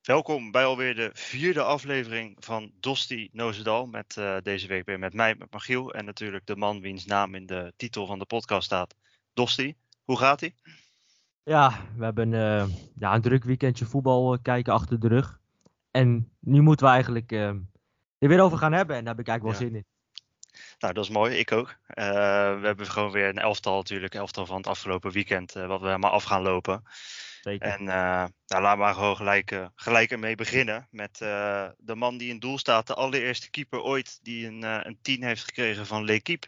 Welkom bij alweer de 4e aflevering van Dosti Nozedal. Met deze week weer met mij, met Michiel. En natuurlijk de man wiens naam in de titel van de podcast staat, Dosti. Hoe gaat ie? Ja, we hebben een druk weekendje voetbal kijken achter de rug. En nu moeten we eigenlijk er weer over gaan hebben. En daar heb ik eigenlijk wel zin in. Nou, dat is mooi. Ik ook. We hebben gewoon weer een elftal natuurlijk. Elftal van het afgelopen weekend. Wat we helemaal af gaan lopen. Zeker. En laten we maar gewoon gelijk ermee beginnen. Met de man die in doel staat. De allereerste keeper ooit die een 10 heeft gekregen van L'Équipe.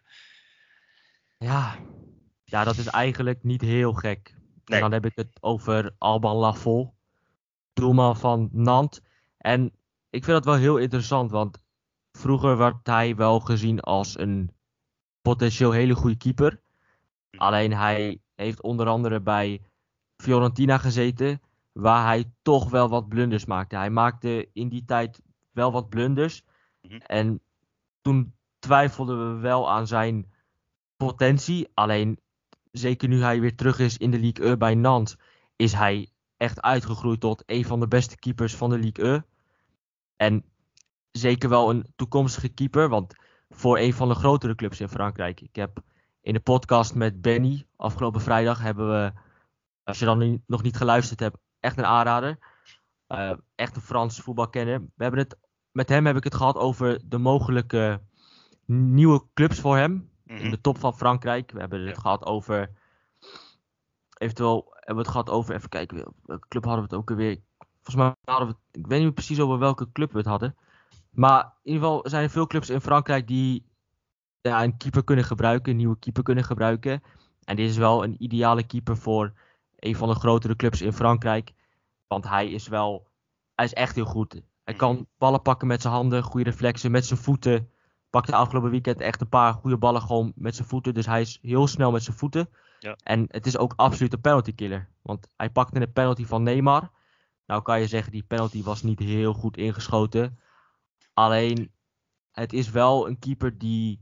Ja, dat is eigenlijk niet heel gek. Nee. En dan heb ik het over Alban Lafont, doelman van Nantes. En ik vind dat wel heel interessant, want vroeger werd hij wel gezien als een potentieel hele goede keeper. Alleen hij heeft onder andere bij Fiorentina gezeten, waar hij toch wel wat blunders maakte. Hij maakte in die tijd wel wat blunders. En toen twijfelden we wel aan zijn potentie. Alleen, zeker nu hij weer terug is in de Ligue 1 bij Nantes, is hij echt uitgegroeid tot een van de beste keepers van de Ligue 1. En zeker wel een toekomstige keeper, want voor een van de grotere clubs in Frankrijk. Ik heb in de podcast met Benny afgelopen vrijdag hebben we, als je dan nog niet geluisterd hebt, echt een aanrader. Echt een Franse voetbalkenner. Met hem heb ik het gehad over de mogelijke nieuwe clubs voor hem. In de top van Frankrijk. We hebben het gehad over, eventueel hebben we het gehad over, even kijken, welke club hadden we het ook alweer. Volgens mij hadden we het, ik weet niet precies over welke club we het hadden. Maar in ieder geval zijn er veel clubs in Frankrijk die een keeper kunnen gebruiken, een nieuwe keeper kunnen gebruiken. En dit is wel een ideale keeper voor een van de grotere clubs in Frankrijk. Want hij is echt heel goed. Hij kan ballen pakken met zijn handen, goede reflexen, met zijn voeten. Pakte afgelopen weekend echt een paar goede ballen gewoon met zijn voeten. Dus hij is heel snel met zijn voeten. Ja. En het is ook absoluut een penalty killer. Want hij pakte een penalty van Neymar. Nou kan je zeggen, die penalty was niet heel goed ingeschoten. Alleen, het is wel een keeper die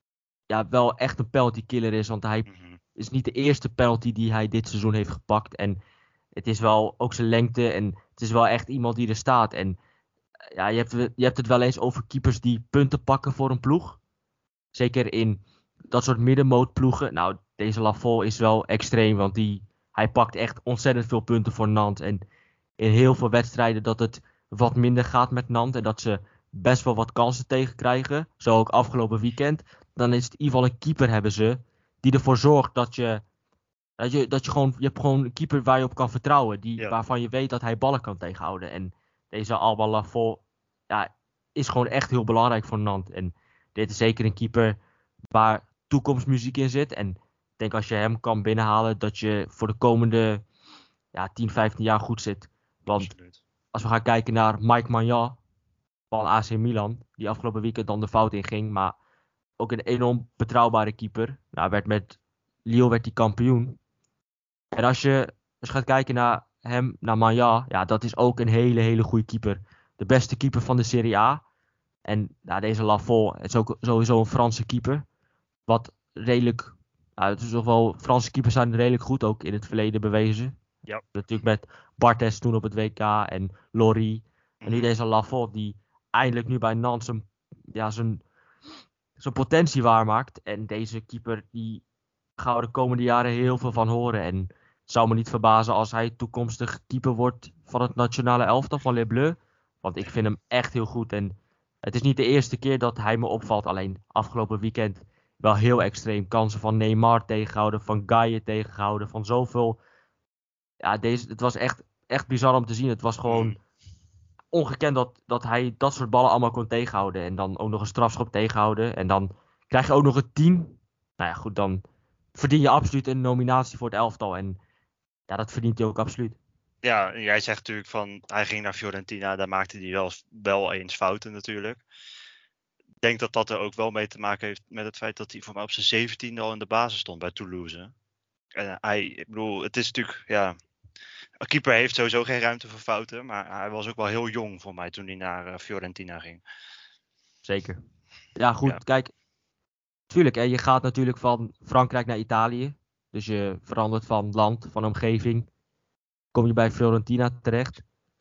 wel echt een penalty killer is. Want hij is niet de eerste penalty die hij dit seizoen heeft gepakt. En het is wel ook zijn lengte. En het is wel echt iemand die er staat. En ja, je hebt het wel eens over keepers die punten pakken voor een ploeg. Zeker in dat soort middenmootploegen. Nou, deze Lafont is wel extreem. Want hij pakt echt ontzettend veel punten voor Nantes. En in heel veel wedstrijden dat het wat minder gaat met Nantes. En dat ze best wel wat kansen tegenkrijgen. Zo ook afgelopen weekend. Dan is het in ieder geval een keeper hebben ze. Die ervoor zorgt dat je je hebt gewoon een keeper waar je op kan vertrouwen. Waarvan je weet dat hij ballen kan tegenhouden. En deze Alban Lafont is gewoon echt heel belangrijk voor Nantes. En dit is zeker een keeper waar toekomstmuziek in zit. En ik denk als je hem kan binnenhalen, dat je voor de komende 10, 15 jaar goed zit. Want Absoluut. Als we gaan kijken naar Mike Maignan van AC Milan, die afgelopen weekend dan de fout inging, maar ook een enorm betrouwbare keeper. Nou, met Lille werd hij kampioen. En als je gaat kijken naar hem, naar Maignan, dat is ook een hele goede keeper. De beste keeper van de Serie A. En deze Lafont is ook sowieso een Franse keeper. Wat redelijk, het is toch wel, Franse keepers zijn redelijk goed ook in het verleden bewezen. Ja. Natuurlijk met Barthez toen op het WK en Lorry. En nu deze Lafont die eindelijk nu bij Nantes zijn potentie waarmaakt. En deze keeper die gaan we de komende jaren heel veel van horen. En het zou me niet verbazen als hij toekomstig keeper wordt van het nationale elftal van Les Bleus. Want ik vind hem echt heel goed. En het is niet de eerste keer dat hij me opvalt. Alleen afgelopen weekend wel heel extreem. Kansen van Neymar tegengehouden, van Gaye tegengehouden, van zoveel. Ja, het was echt bizar om te zien. Het was gewoon ongekend dat hij dat soort ballen allemaal kon tegenhouden. En dan ook nog een strafschop tegenhouden. En dan krijg je ook nog een 10. Nou ja, goed, dan verdien je absoluut een nominatie voor het elftal. En ja, dat verdient hij ook absoluut. Ja, jij zegt natuurlijk van hij ging naar Fiorentina, daar maakte hij wel eens fouten natuurlijk. Ik denk dat dat er ook wel mee te maken heeft met het feit dat hij voor mij op zijn 17e al in de basis stond bij Toulouse. En ik bedoel, het is natuurlijk, een keeper heeft sowieso geen ruimte voor fouten, maar hij was ook wel heel jong voor mij toen hij naar Fiorentina ging. Zeker. Ja, goed, kijk. Tuurlijk, je gaat natuurlijk van Frankrijk naar Italië. Dus je verandert van land, van omgeving. Kom je bij Fiorentina terecht.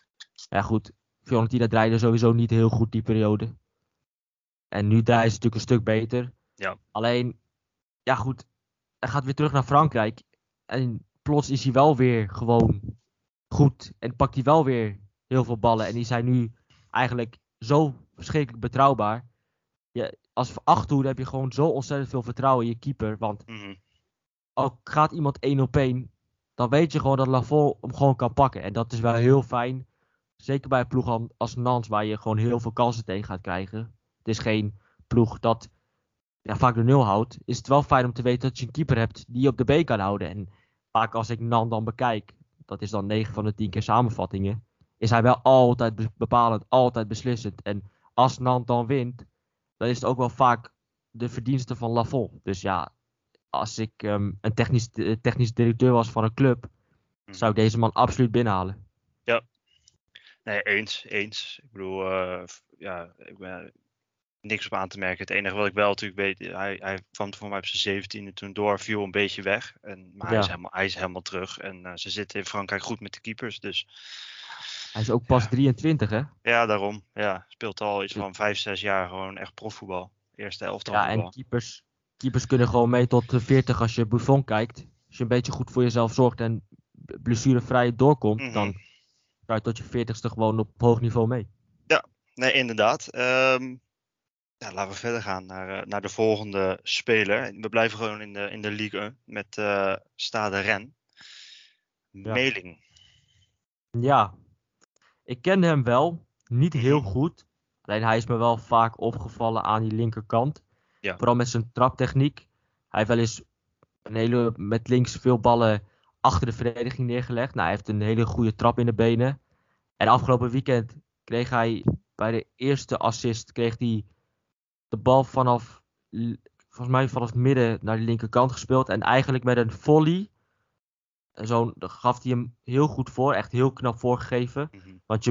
Ja goed, Fiorentina draaide sowieso niet heel goed die periode. En nu draaien ze natuurlijk een stuk beter. Ja. Alleen, ja goed, hij gaat weer terug naar Frankrijk. En plots is hij wel weer gewoon goed. En pakt hij wel weer heel veel ballen. En die zijn nu eigenlijk zo verschrikkelijk betrouwbaar. Als achterhoede heb je gewoon zo ontzettend veel vertrouwen in je keeper. Want Mhm. al gaat iemand 1 op 1, dan weet je gewoon dat Lafont hem gewoon kan pakken. En dat is wel heel fijn. Zeker bij een ploeg als Nantes, waar je gewoon heel veel kansen tegen gaat krijgen. Het is geen ploeg dat vaak de nul houdt. Is het wel fijn om te weten dat je een keeper hebt die je op de been kan houden. En vaak als ik Nantes dan bekijk, dat is dan 9 van de 10 keer samenvattingen, is hij wel altijd bepalend, altijd beslissend. En als Nantes dan wint, dan is het ook wel vaak de verdienste van Lafont. Dus ja, als ik een technisch directeur was van een club, zou ik deze man absoluut binnenhalen. Ja, nee, eens. Ik bedoel, ik ben niks op aan te merken. Het enige wat ik wel natuurlijk weet, hij kwam voor mij op zijn 17e toen door, viel een beetje weg. Maar Ja, hij is helemaal terug. En ze zitten in Frankrijk goed met de keepers. Dus hij is ook pas ja, 23, hè? ja daarom. Ja, speelt al iets Dus, van 5, 6 jaar gewoon echt profvoetbal. Eerste elftal ja, en voetbal. keepers kunnen gewoon mee tot de 40 als je Buffon kijkt. Als je een beetje goed voor jezelf zorgt en blessurevrij doorkomt, Mhm. dan kan je tot je 40ste gewoon op hoog niveau mee. Ja, nee, inderdaad. Ja, laten we verder gaan naar de volgende speler. We blijven gewoon in de Ligue 1 met Stade Rennes. Ja. Meling. Ja, ik kende hem wel. Niet heel Mhm. goed. Alleen hij is me wel vaak opgevallen aan die linkerkant. Ja. Vooral met zijn traptechniek. Hij heeft wel eens met links veel ballen achter de verdediging neergelegd. Nou, hij heeft een hele goede trap in de benen. En afgelopen weekend kreeg hij bij de eerste assist kreeg hij de bal volgens mij vanaf het midden naar de linkerkant gespeeld. En eigenlijk met een volley. Gaf hij hem heel goed voor. Echt heel knap voorgegeven. Mhm. Want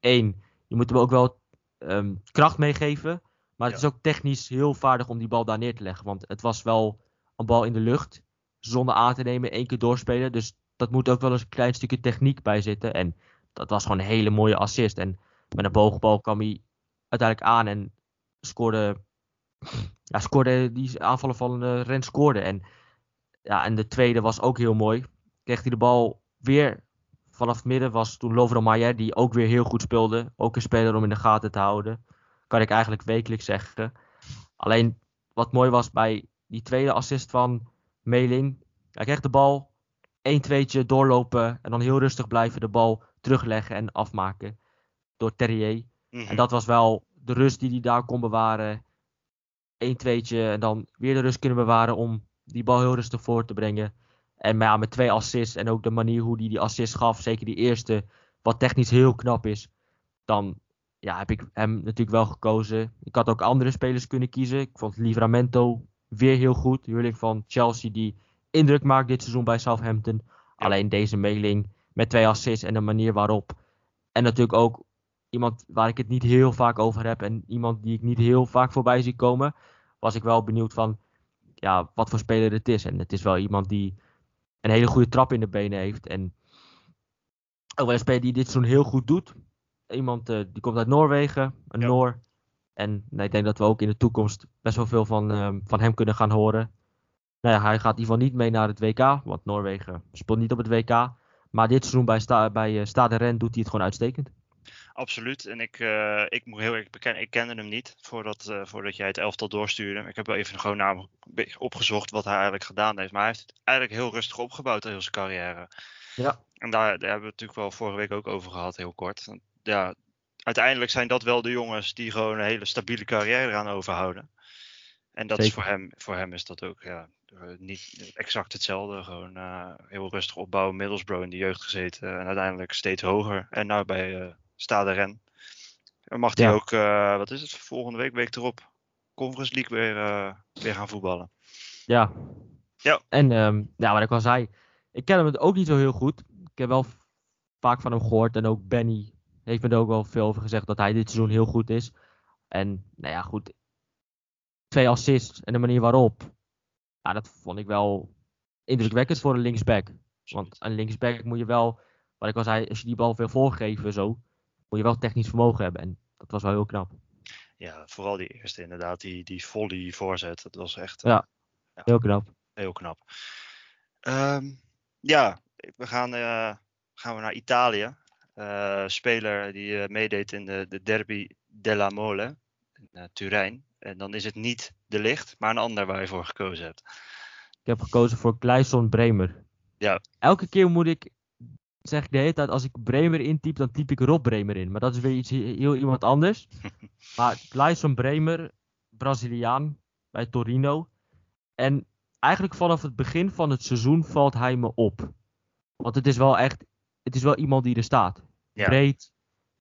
je moet hem ook wel kracht meegeven. Maar het Ja. is ook technisch heel vaardig om die bal daar neer te leggen. Want het was wel een bal in de lucht. Zonder aan te nemen, 1 keer doorspelen. Dus dat moet ook wel eens een klein stukje techniek bij zitten. En dat was gewoon een hele mooie assist. En met een boogbal kwam hij uiteindelijk aan en scoorde. Ja, scoorde die aanvallen van Ren scoorde. En de tweede was ook heel mooi. Kreeg hij de bal weer vanaf het midden. Was toen Lovro Mayer, die ook weer heel goed speelde. Ook een speler om in de gaten te houden. Kan ik eigenlijk wekelijks zeggen. Alleen wat mooi was bij die tweede assist van Meling. Hij kreeg de bal, 1-2'tje doorlopen. En dan heel rustig blijven de bal terugleggen en afmaken. Door Terrier. En Mhm. dat was wel de rust die hij daar kon bewaren. 1-2'tje en dan weer de rust kunnen bewaren om die bal heel rustig voor te brengen. En maar ja, met 2 assists en ook de manier hoe hij die assist gaf, zeker die eerste, wat technisch heel knap is, dan heb ik hem natuurlijk wel gekozen. Ik had ook andere spelers kunnen kiezen. Ik vond Livramento weer heel goed. De huurling van Chelsea die indruk maakt dit seizoen bij Southampton. Ja. Alleen deze mailing met 2 assists en de manier waarop. En natuurlijk ook iemand waar ik het niet heel vaak over heb en iemand die ik niet heel vaak voorbij zie komen, was ik wel benieuwd van wat voor speler het is. En het is wel iemand die een hele goede trap in de benen heeft. En ook wel een speler die dit seizoen heel goed doet. Iemand die komt uit Noorwegen, een Ja. Noor. En ik denk dat we ook in de toekomst best wel veel van hem kunnen gaan horen. Nou ja, hij gaat in ieder geval niet mee naar het WK, want Noorwegen speelt niet op het WK. Maar dit seizoen bij Stade Rennes doet hij het gewoon uitstekend. Absoluut. En ik moet heel erg bekennen, ik kende hem niet voordat jij het elftal doorstuurde. Ik heb wel even gewoon naar hem opgezocht wat hij eigenlijk gedaan heeft. Maar hij heeft het eigenlijk heel rustig opgebouwd in zijn carrière. Ja, En daar hebben we het natuurlijk wel vorige week ook over gehad, heel kort. Want, ja, uiteindelijk zijn dat wel de jongens die gewoon een hele stabiele carrière eraan overhouden. En dat is zeker. voor hem is dat ook niet exact hetzelfde. Gewoon heel rustig opbouwen, Middlesbrough in de jeugd gezeten en uiteindelijk steeds hoger. En nou bij Stade Rennes. Dan mag hij Ja, ook, wat is het, volgende week erop, Conference League weer gaan voetballen. ja. Ja. En wat ik al zei, ik ken hem ook niet zo heel goed. Ik heb wel vaak van hem gehoord. En ook Benny heeft me er ook wel veel over gezegd dat hij dit seizoen heel goed is. En nou ja, goed. 2 assists en de manier waarop. Ja, dat vond ik wel indrukwekkend voor een linksback. Want Absoluut. een linksback moet je wel, wat ik al zei, als je die bal wil voorgeven zo. moet je wel technisch vermogen hebben. En dat was wel heel knap. Ja, vooral die eerste inderdaad, die volley voorzet. Dat was echt Ja, heel knap. heel knap. Ja, gaan we naar Italië. Speler die meedeed in de Derby della Mole in Turijn. En dan is het niet De Ligt, maar een ander waar je voor gekozen hebt. Ik heb gekozen voor Kleison Bremer. Ja. Elke keer zeg ik de hele tijd, als ik Bremer intyp, dan typ ik Rob Bremer in. Maar dat is weer iets heel iemand anders. Maar Kleison Bremer, Braziliaan bij Torino. En eigenlijk vanaf het begin van het seizoen valt hij me op. Want het is wel iemand die er staat. Ja. Breed.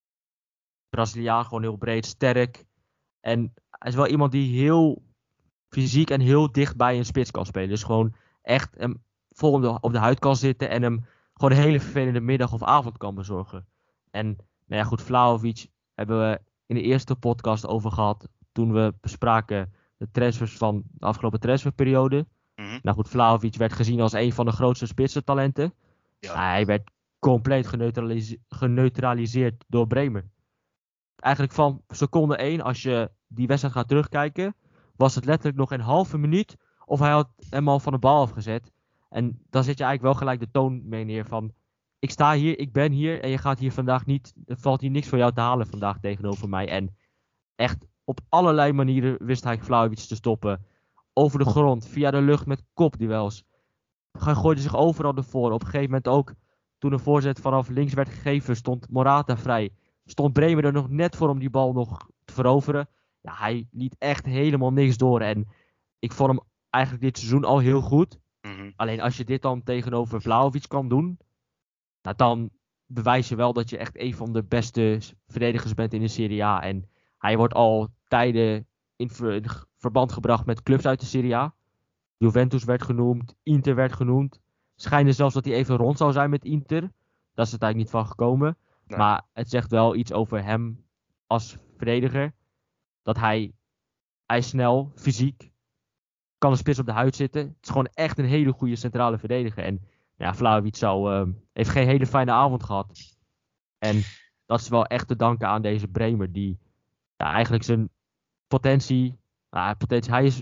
Braziliaan, gewoon heel breed, sterk. En hij is wel iemand die heel fysiek en heel dicht bij een spits kan spelen. Dus gewoon echt hem vol op de huid kan zitten en hem gewoon een hele vervelende middag of avond kan bezorgen. En nou ja, goed, Vlahovic hebben we in de eerste podcast over gehad toen we bespraken de transfers van de afgelopen transferperiode. Mhm. Nou goed, Vlahovic werd gezien als een van de grootste spitsentalenten. Ja. Hij werd compleet geneutraliseerd door Bremer. Eigenlijk van seconde 1, als je die wedstrijd gaat terugkijken, was het letterlijk nog een halve minuut of hij had hem al van de bal afgezet. En dan zet je eigenlijk wel gelijk de toon mee neer van, ik sta hier, ik ben hier en je gaat hier vandaag niet, er valt hier niks voor jou te halen vandaag tegenover mij. En echt op allerlei manieren wist hij Vlahovic te stoppen. Over de grond, via de lucht met kopduels. Hij gooide zich overal ervoor. Op een gegeven moment ook, toen een voorzet vanaf links werd gegeven, stond Morata vrij. Stond Bremer er nog net voor om die bal nog te veroveren. Ja, hij liet echt helemaal niks door. En ik vond hem eigenlijk dit seizoen al heel goed. Mhm. Alleen als je dit dan tegenover Vlahovic kan doen, nou, dan bewijs je wel dat je echt een van de beste verdedigers bent in de Serie A. En hij wordt al tijden in verband gebracht met clubs uit de Serie A. Juventus werd genoemd, Inter werd genoemd. Schijnt zelfs dat hij even rond zou zijn met Inter. Dat is er eigenlijk niet van gekomen. Nee. Maar het zegt wel iets over hem als verdediger. Dat hij is snel, fysiek, kan een spits op de huid zitten. Het is gewoon echt een hele goede centrale verdediger. En ja, Vlahovic heeft geen hele fijne avond gehad. En dat is wel echt te danken aan deze Bremer. Die eigenlijk zijn potentie, hij is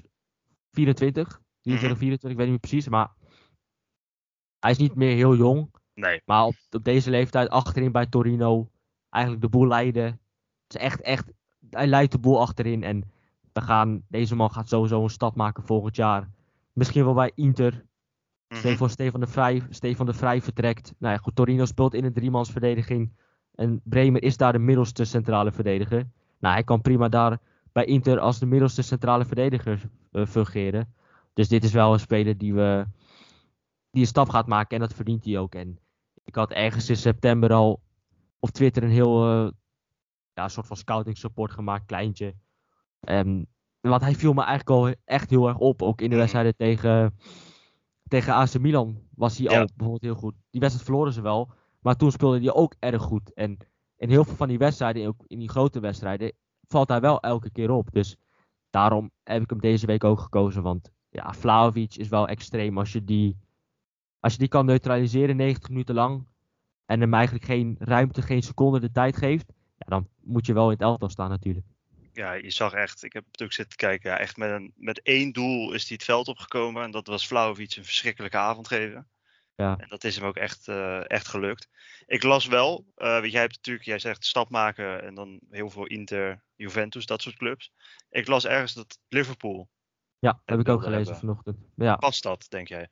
24, 23, 24, ik weet niet meer precies. Maar hij is niet meer heel jong. Nee. Maar op deze leeftijd achterin bij Torino eigenlijk de boel leiden. Het is echt, hij leidt de boel achterin. En deze man gaat sowieso een stap maken volgend jaar. Misschien wel bij Inter. Mhm. Voor Stefan de Vrij vertrekt. Nou ja, goed, Torino speelt in een driemansverdediging. En Bremer is daar de middelste centrale verdediger. Nou, hij kan prima daar bij Inter als de middelste centrale verdediger fungeren. Dus dit is wel een speler die een stap gaat maken en dat verdient hij ook. En ik had ergens in september al op Twitter een heel soort van scouting support gemaakt, kleintje. Want hij viel me eigenlijk al echt heel erg op. Ook in de wedstrijden tegen AC Milan was hij al bijvoorbeeld heel goed. Die wedstrijd verloren ze wel, maar toen speelde hij ook erg goed. En in heel veel van die wedstrijden, ook in die grote wedstrijden, valt hij wel elke keer op. Dus daarom heb ik hem deze week ook gekozen. Want ja, Vlahovic is wel extreem als je die kan neutraliseren 90 minuten lang en hem eigenlijk geen ruimte, geen seconde de tijd geeft, ja, dan moet je wel in het elftal staan natuurlijk. Ja, je zag echt, ik heb het ook zitten kijken, ja, echt met één doel is hij het veld opgekomen. En dat was Vlahovic een verschrikkelijke avond geven. Ja. En dat is hem ook echt gelukt. Ik las wel, want jij zegt stap maken en dan heel veel Inter, Juventus, dat soort clubs. Ik las ergens dat Liverpool. Ja, heb ik ook gelezen vanochtend. Ja. Past dat, denk jij?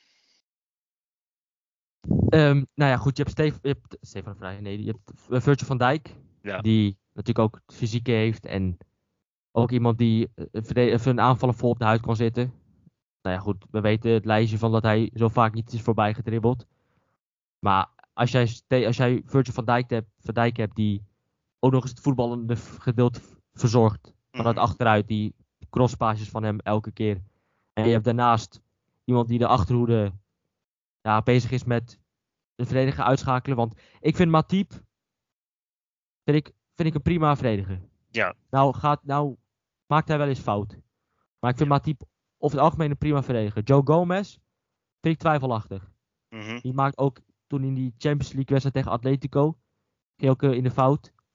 Nou ja, goed, je hebt Stefan de Vrij, nee, je hebt Virgil van Dijk, die natuurlijk ook het fysieke heeft en ook iemand die een aanvaller vol op de huid kan zitten. Nou ja, goed, we weten het lijstje van dat hij zo vaak niet is voorbij gedribbeld. Maar als jij Virgil van Dijk hebt die ook nog eens het voetballende gedeelte verzorgt vanuit achteruit, die crosspasses van hem elke keer. En je hebt daarnaast iemand die de achterhoede bezig is met de verdediger uitschakelen. Want ik vind Matip vind ik een prima verdediger. Ja. Nou maakt hij wel eens fout. Maar ik vind Matip over het algemeen een prima verdediger. Joe Gomez vind ik twijfelachtig. Mhm. Die maakt ook toen in die Champions League wedstrijd tegen Atletico ging ook in de fout.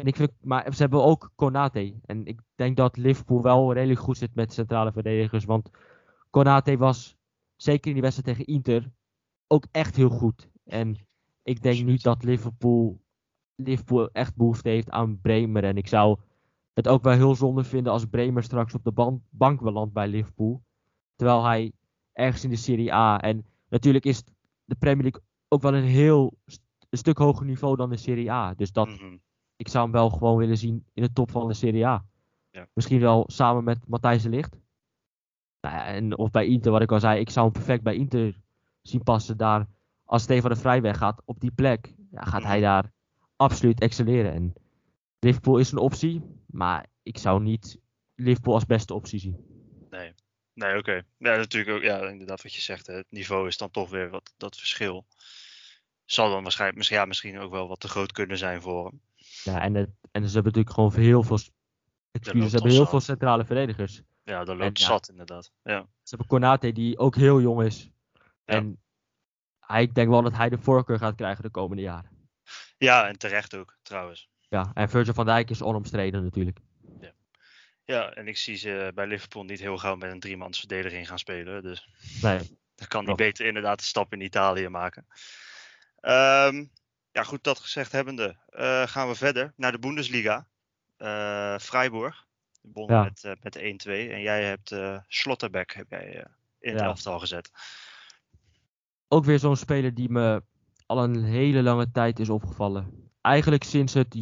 Maar ze hebben ook Konate. En ik denk dat Liverpool wel redelijk goed zit met centrale verdedigers. Want Konate was, zeker in die wedstrijd tegen Inter, ook echt heel goed. En ik denk niet dat Liverpool echt behoefte heeft aan Bremer. En ik zou het ook wel heel zonde vinden als Bremer straks op de bank belandt bij Liverpool. Terwijl hij ergens in de Serie A. En natuurlijk is de Premier League ook wel een stuk hoger niveau dan de Serie A. Dus ik zou hem wel gewoon willen zien in de top van de Serie A. Ja. Misschien wel samen met Matthijs de Ligt. Nou ja, of bij Inter, wat ik al zei. Ik zou hem perfect bij Inter zien passen daar. Als Stefan de Vrij weggaat op die plek, gaat hij daar absoluut excelleren. En Liverpool is een optie, maar ik zou niet Liverpool als beste optie zien. Nee, oké. Ja, natuurlijk ook, ja, inderdaad wat je zegt. Het niveau is dan toch weer dat verschil. Zal dan waarschijnlijk, misschien ook wel wat te groot kunnen zijn voor hem. Ja, en ze hebben natuurlijk gewoon heel veel. Ze hebben heel veel centrale verdedigers. Ja, dat loopt zat inderdaad. Ja. Ze hebben Konate die ook heel jong is. Ja. En ik denk wel dat hij de voorkeur gaat krijgen de komende jaren. Ja, en terecht ook trouwens. Ja, en Virgil van Dijk is onomstreden natuurlijk. Ja, en ik zie ze bij Liverpool niet heel gauw met een 3-mans verdediging gaan spelen. Dus nee, dan kan hij beter inderdaad de stap in Italië maken. Ja, goed, dat gezegd hebbende, gaan we verder naar de Bundesliga. Freiburg won met 1-2. En jij hebt Schlotterbeck in het elftal gezet. Ook weer zo'n speler die me al een hele lange tijd is opgevallen. Eigenlijk sinds het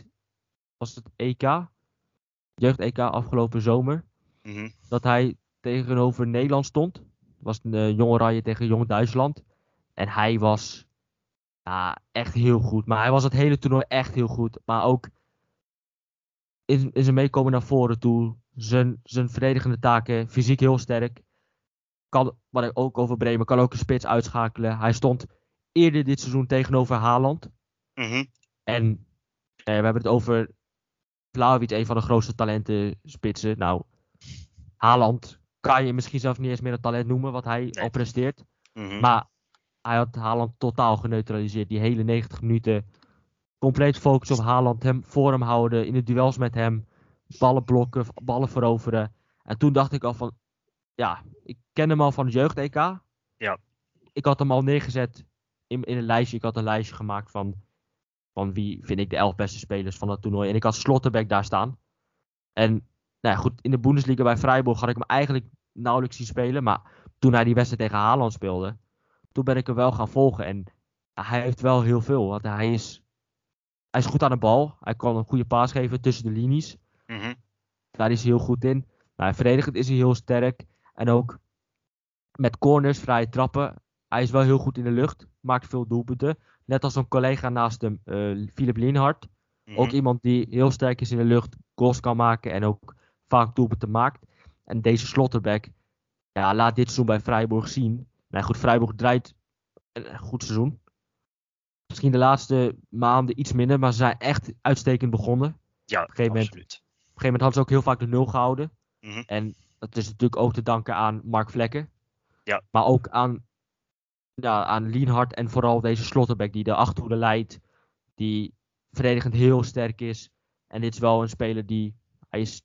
jeugd-EK afgelopen zomer. Dat hij tegenover Nederland stond. Het was een Jong Oranje tegen Jong Duitsland. En hij was echt heel goed. Maar hij was het hele toernooi echt heel goed. Maar ook in zijn meekomen naar voren toe. Zijn verdedigende taken. Fysiek heel sterk. Wat ik ook over Bremen. Kan ook een spits uitschakelen. Hij stond eerder dit seizoen tegenover Haaland. En we hebben het over Vlahovic, een van de grootste talenten spitsen. Nou, Haaland kan je misschien zelfs niet eens meer een talent noemen wat hij al presteert. Maar hij had Haaland totaal geneutraliseerd. Die hele 90 minuten compleet focus op Haaland. Hem voor hem houden. In de duels met hem. Ballen blokken. Ballen veroveren. En toen dacht ik al van... Ja, ik ken hem al van het jeugd-EK. Ja. Ik had hem al neergezet in een lijstje. Ik had een lijstje gemaakt van wie vind ik de 11 beste spelers van dat toernooi. En ik had Schlotterbeck daar staan. En nou ja, goed, in de Bundesliga bij Freiburg had ik hem eigenlijk nauwelijks zien spelen. Maar toen hij die wedstrijd tegen Haaland speelde, toen ben ik hem wel gaan volgen. En hij heeft wel heel veel. Want hij is goed aan de bal. Hij kan een goede paas geven tussen de linies. Daar is hij heel goed in. Verdedigend is hij heel sterk. En ook met corners, vrije trappen. Hij is wel heel goed in de lucht. Maakt veel doelpunten. Net als een collega naast hem, Philip Lienhard. Ook iemand die heel sterk is in de lucht. Goals kan maken en ook vaak doelpunten maakt. En deze Schlotterbeck, laat dit seizoen bij Freiburg zien. Nou goed, Freiburg draait een goed seizoen. Misschien de laatste maanden iets minder, maar ze zijn echt uitstekend begonnen. Ja, op een gegeven moment hadden ze ook heel vaak de 0 gehouden. En dat is natuurlijk ook te danken aan Mark Vlekken. Ja. Maar ook aan Lienhard en vooral deze Schlotterbeck die de achterhoede leidt. Die verdedigend heel sterk is. En dit is wel een speler hij is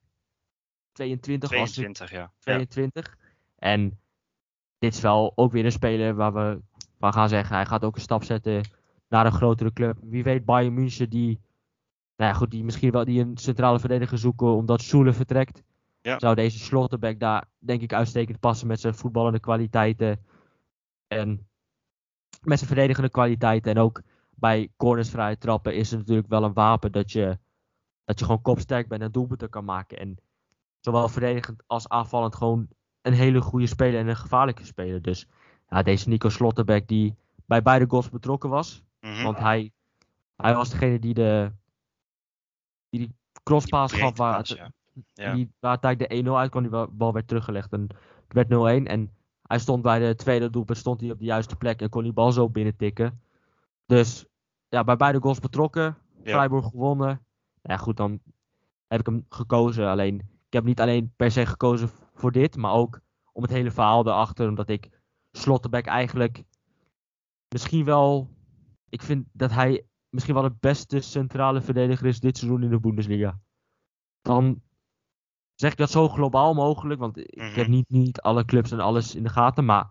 22. Ja. 22. En dit is wel ook weer een speler waar we van gaan zeggen, hij gaat ook een stap zetten naar een grotere club. Wie weet Bayern München die misschien wel die een centrale verdediger zoeken omdat Soele vertrekt. Ja. Zou deze Schlotterbeck daar denk ik uitstekend passen met zijn voetballende kwaliteiten. En met zijn verdedigende kwaliteiten. En ook bij corners vrije trappen is het natuurlijk wel een wapen dat je gewoon kopsterk bent en doelpunten kan maken. En zowel verdedigend als aanvallend gewoon een hele goede speler en een gevaarlijke speler. Dus deze Nico Schlotterbeck die bij beide goals betrokken was. Want hij was degene die die crosspaas gaf waar uiteindelijk de 1-0 uitkwam. Die bal werd teruggelegd en het werd 0-1. En hij stond bij de tweede doelpunt stond hij op de juiste plek en kon die bal zo binnen tikken. Dus bij beide goals betrokken. Freiburg gewonnen. Ja goed, dan heb ik hem gekozen. Alleen, ik heb niet alleen per se gekozen voor dit, maar ook om het hele verhaal erachter. Omdat ik Schlotterbeck eigenlijk misschien wel... Ik vind dat hij misschien wel de beste centrale verdediger is dit seizoen in de Bundesliga. Dan zeg ik dat zo globaal mogelijk, want ik heb niet alle clubs en alles in de gaten. Maar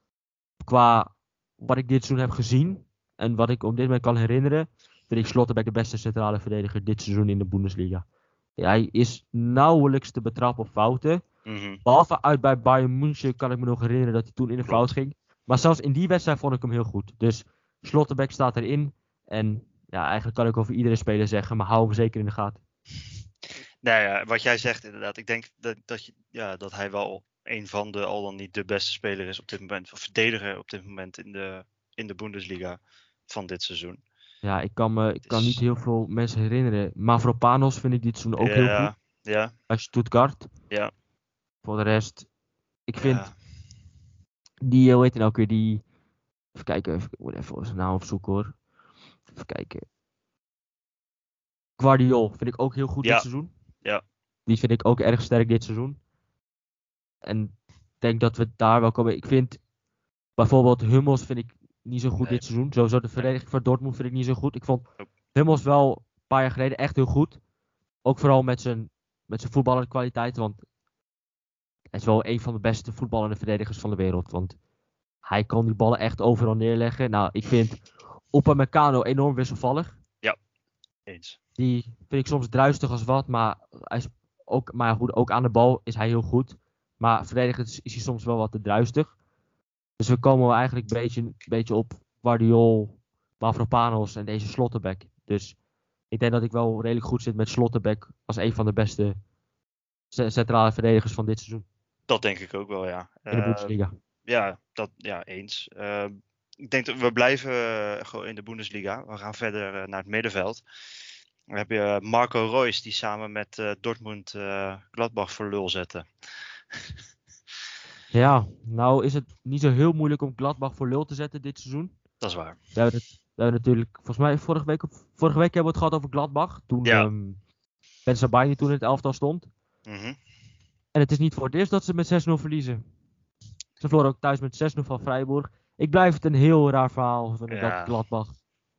qua wat ik dit seizoen heb gezien en wat ik op dit moment kan herinneren, vind ik Schlotterbeck de beste centrale verdediger dit seizoen in de Bundesliga. Ja, hij is nauwelijks te betrappen op fouten. Behalve uit bij Bayern München kan ik me nog herinneren dat hij toen in de fout ging. Maar zelfs in die wedstrijd vond ik hem heel goed. Dus Schlotterbeck staat erin. En ja, eigenlijk kan ik over iedere speler zeggen, maar hou hem zeker in de gaten. Nou ja, wat jij zegt inderdaad. Ik denk dat hij wel een van de, al dan niet de beste speler is op dit moment. Of verdediger op dit moment in de Bundesliga van dit seizoen. Ja, ik kan niet heel veel mensen herinneren. Mavropanos vind ik dit seizoen ook heel goed. Ja. Bij Stuttgart. Ja. Voor de rest, ik vind die, hoe heet hij nou ook weer, die... Even kijken, ik moet even zijn naam opzoeken hoor. Even kijken. Guardiol vind ik ook heel goed dit seizoen. Ja. Die vind ik ook erg sterk dit seizoen. En ik denk dat we daar wel komen. Ik vind bijvoorbeeld Hummels vind ik niet zo goed dit seizoen. Sowieso de verdediging van Dortmund vind ik niet zo goed. Ik vond Hummels wel een paar jaar geleden echt heel goed. Ook vooral met zijn voetballende kwaliteit. Want hij is wel een van de beste voetballende verdedigers van de wereld. Want hij kan die ballen echt overal neerleggen. Nou, ik vind Upamecano enorm wisselvallig. Ja, eens. Die vind ik soms druistig als wat. Maar hij is ook aan de bal is hij heel goed. Maar verdedigend is hij soms wel wat te druistig. Dus we komen eigenlijk een beetje op Guardiol, Mavropanos en deze Schlotterbeck. Dus ik denk dat ik wel redelijk goed zit met Schlotterbeck als een van de beste centrale verdedigers van dit seizoen. Dat denk ik ook wel, ja. In de Bundesliga. Ja, eens. Ik denk dat we blijven gewoon in de Bundesliga. We gaan verder naar het middenveld. Dan heb je Marco Reus die samen met Dortmund Gladbach voor lul zetten. Ja, nou is het niet zo heel moeilijk om Gladbach voor lul te zetten dit seizoen. Dat is waar. We hebben natuurlijk, volgens mij vorige week hebben we het gehad over Gladbach. Toen Ben Sabahini toen in het elftal stond. En het is niet voor het eerst dat ze met 6-0 verliezen. Ze verloren ook thuis met 6-0 van Freiburg. Ik blijf het een heel raar verhaal van dat Gladbach.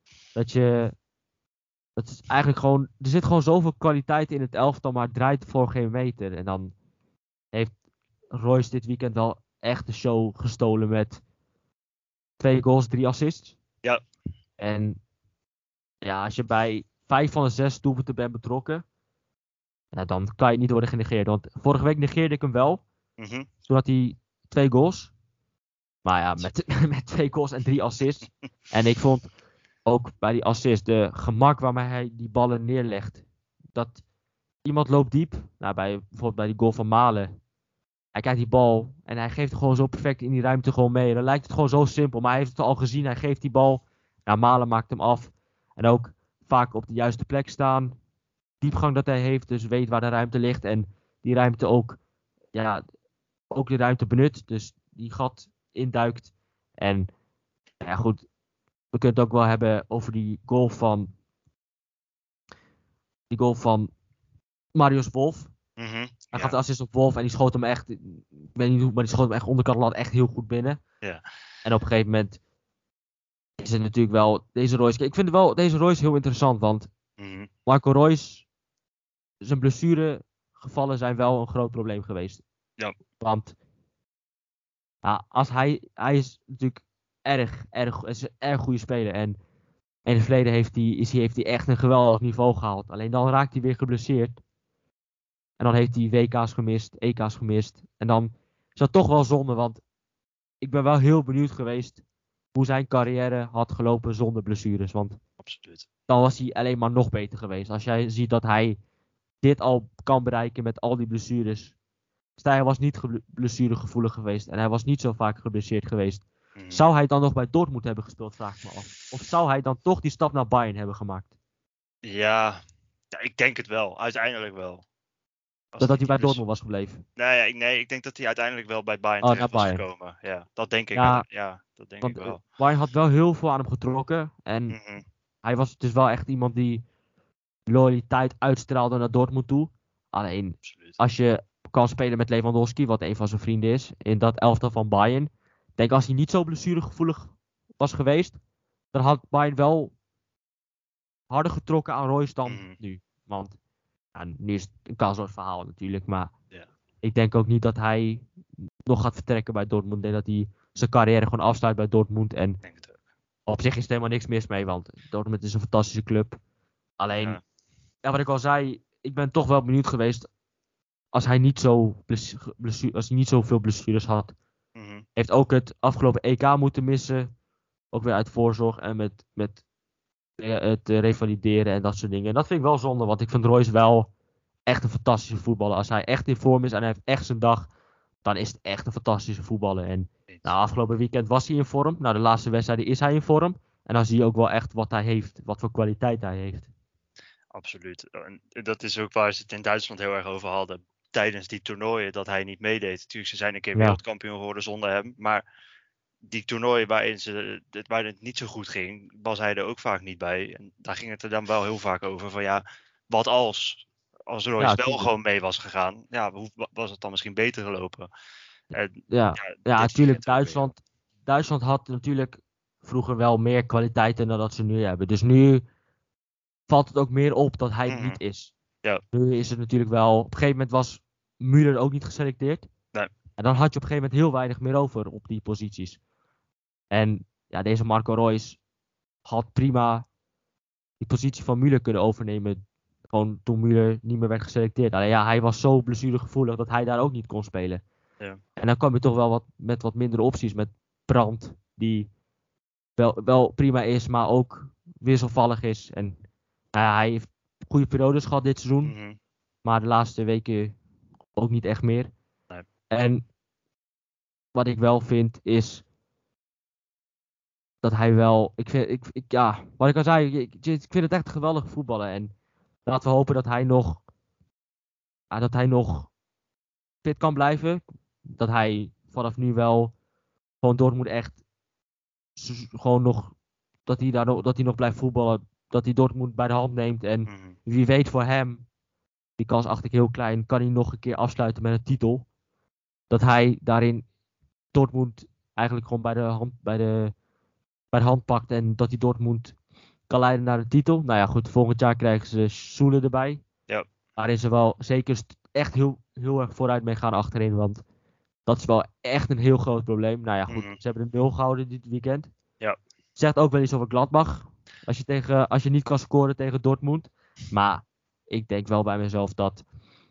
Dat is eigenlijk gewoon, er zit gewoon zoveel kwaliteit in het elftal, maar het draait voor geen meter. En dan heeft Royce dit weekend wel echt de show gestolen met 2 goals, 3 assists. Ja. En ja, als je bij 5 van de 6 doelpunten bent betrokken, dan kan je het niet worden genegeerd. Want vorige week negeerde ik hem wel. Toen had hij 2 goals. Maar ja, met 2 goals en 3 assists. En ik vond ook bij die assist de gemak waarmee hij die ballen neerlegt. Dat iemand loopt diep. Nou, bijvoorbeeld bij die goal van Malen. Hij kijkt die bal en hij geeft het gewoon zo perfect in die ruimte gewoon mee. Dan lijkt het gewoon zo simpel. Maar hij heeft het al gezien. Hij geeft die bal. Nou, Malen maakt hem af. En ook vaak op de juiste plek staan. Diepgang dat hij heeft. Dus weet waar de ruimte ligt. En die ruimte ook de ruimte benut. Dus die gat induikt. En ja goed. We kunnen het ook wel hebben over die goal van Marius Wolf. Hij gaf de assist op Wolf en die schoot hem echt, ik weet niet hoe, maar die schoot hem echt onderkant lat echt heel goed binnen. Ja. En op een gegeven moment is het natuurlijk wel deze Royce. Ik vind wel deze Royce heel interessant, want Marco Reus, zijn blessuregevallen zijn wel een groot probleem geweest. Ja. Want als hij is natuurlijk een erg goede speler en in het verleden heeft hij echt een geweldig niveau gehaald. Alleen dan raakt hij weer geblesseerd. En dan heeft hij WK's gemist, EK's gemist. En dan is dat toch wel zonde, want ik ben wel heel benieuwd geweest hoe zijn carrière had gelopen zonder blessures. Want absoluut. Dan was hij alleen maar nog beter geweest. Als jij ziet dat hij dit al kan bereiken met al die blessures. Stel, hij was niet blessuregevoelig geweest en hij was niet zo vaak geblesseerd geweest. Zou hij dan nog bij Dortmund hebben gespeeld, vraag ik me af. Of zou hij dan toch die stap naar Bayern hebben gemaakt? Ja, ik denk het wel. Uiteindelijk wel. Dat hij bij Dortmund was gebleven? Nee, ik denk dat hij uiteindelijk wel bij Bayern terecht was gekomen. Ja, dat denk ik wel. Ja, dat denk ik wel. Bayern had wel heel veel aan hem getrokken. En hij was dus wel echt iemand die loyaliteit uitstraalde naar Dortmund toe. Alleen, als je kan spelen met Lewandowski, wat een van zijn vrienden is, in dat elftal van Bayern. Ik denk als hij niet zo blessuregevoelig was geweest, dan had Bayern wel harder getrokken aan Royce dan Mhm. nu. Want nu is het een kansloos verhaal natuurlijk. Maar Ja. ik denk ook niet dat hij nog gaat vertrekken bij Dortmund. Ik denk dat hij zijn carrière gewoon afsluit bij Dortmund. En Ik denk het ook. op zich is er helemaal niks mis mee. Want Dortmund is een fantastische club. Alleen, Ja. wat ik al zei. Ik ben toch wel benieuwd geweest. Als hij niet zo als hij niet zoveel blessures had. Mhm. Heeft ook het afgelopen EK moeten missen. Ook weer uit voorzorg en met het revalideren en dat soort dingen. En dat vind ik wel zonde, want ik vind Royce wel echt een fantastische voetballer. Als hij echt in vorm is en hij heeft echt zijn dag, dan is het echt een fantastische voetballer. En afgelopen weekend was hij in vorm. Nou, de laatste wedstrijden is hij in vorm. En dan zie je ook wel echt wat hij heeft, wat voor kwaliteit hij heeft. Absoluut. En dat is ook waar ze het in Duitsland heel erg over hadden. Tijdens die toernooien dat hij niet meedeed. Natuurlijk, ze zijn een keer wereldkampioen geworden zonder hem. Maar die toernooien waarin het niet zo goed ging, was hij er ook vaak niet bij. En daar ging het er dan wel heel vaak over van ja, wat als Royce wel gewoon mee was gegaan, ja, was het dan misschien beter gelopen? En, ja, dit natuurlijk. weekend ook weer. Duitsland had natuurlijk vroeger wel meer kwaliteiten dan dat ze nu hebben. Dus nu valt het ook meer op dat hij het Mhm. niet is. Ja. Nu is het natuurlijk wel. Op een gegeven moment was Müller ook niet geselecteerd. Nee. En dan had je op een gegeven moment heel weinig meer over op die posities. En ja, deze Marco Reus had prima die positie van Müller kunnen overnemen. Gewoon toen Müller niet meer werd geselecteerd. Alleen ja, hij was zo blessuregevoelig dat hij daar ook niet kon spelen. Ja. En dan kwam je toch wel met wat mindere opties. Met Brandt, die wel prima is, maar ook wisselvallig is. En hij heeft goede periodes gehad dit seizoen. Mhm. Maar de laatste weken ook niet echt meer. Nee. En wat ik wel vind is dat hij wel. Wat ik al zei, ik vind het echt een geweldige voetballer. En laten we hopen dat hij nog fit kan blijven. Dat hij vanaf nu wel gewoon Dortmund echt gewoon nog. Dat hij nog blijft voetballen. Dat hij Dortmund bij de hand neemt. En Mhm. wie weet voor hem, die kans acht ik heel klein, kan hij nog een keer afsluiten met een titel. Dat hij daarin Dortmund eigenlijk gewoon bij de hand pakt en dat hij Dortmund kan leiden naar de titel. Nou ja, goed, volgend jaar krijgen ze Soele erbij. Ja. Waarin ze wel zeker echt heel erg vooruit mee gaan achterin, want dat is wel echt een heel groot probleem. Nou ja, goed, Mhm. ze hebben de 0 gehouden dit weekend. Ja. Zegt ook wel iets over Gladbach, als je niet kan scoren tegen Dortmund. Maar ik denk wel bij mezelf dat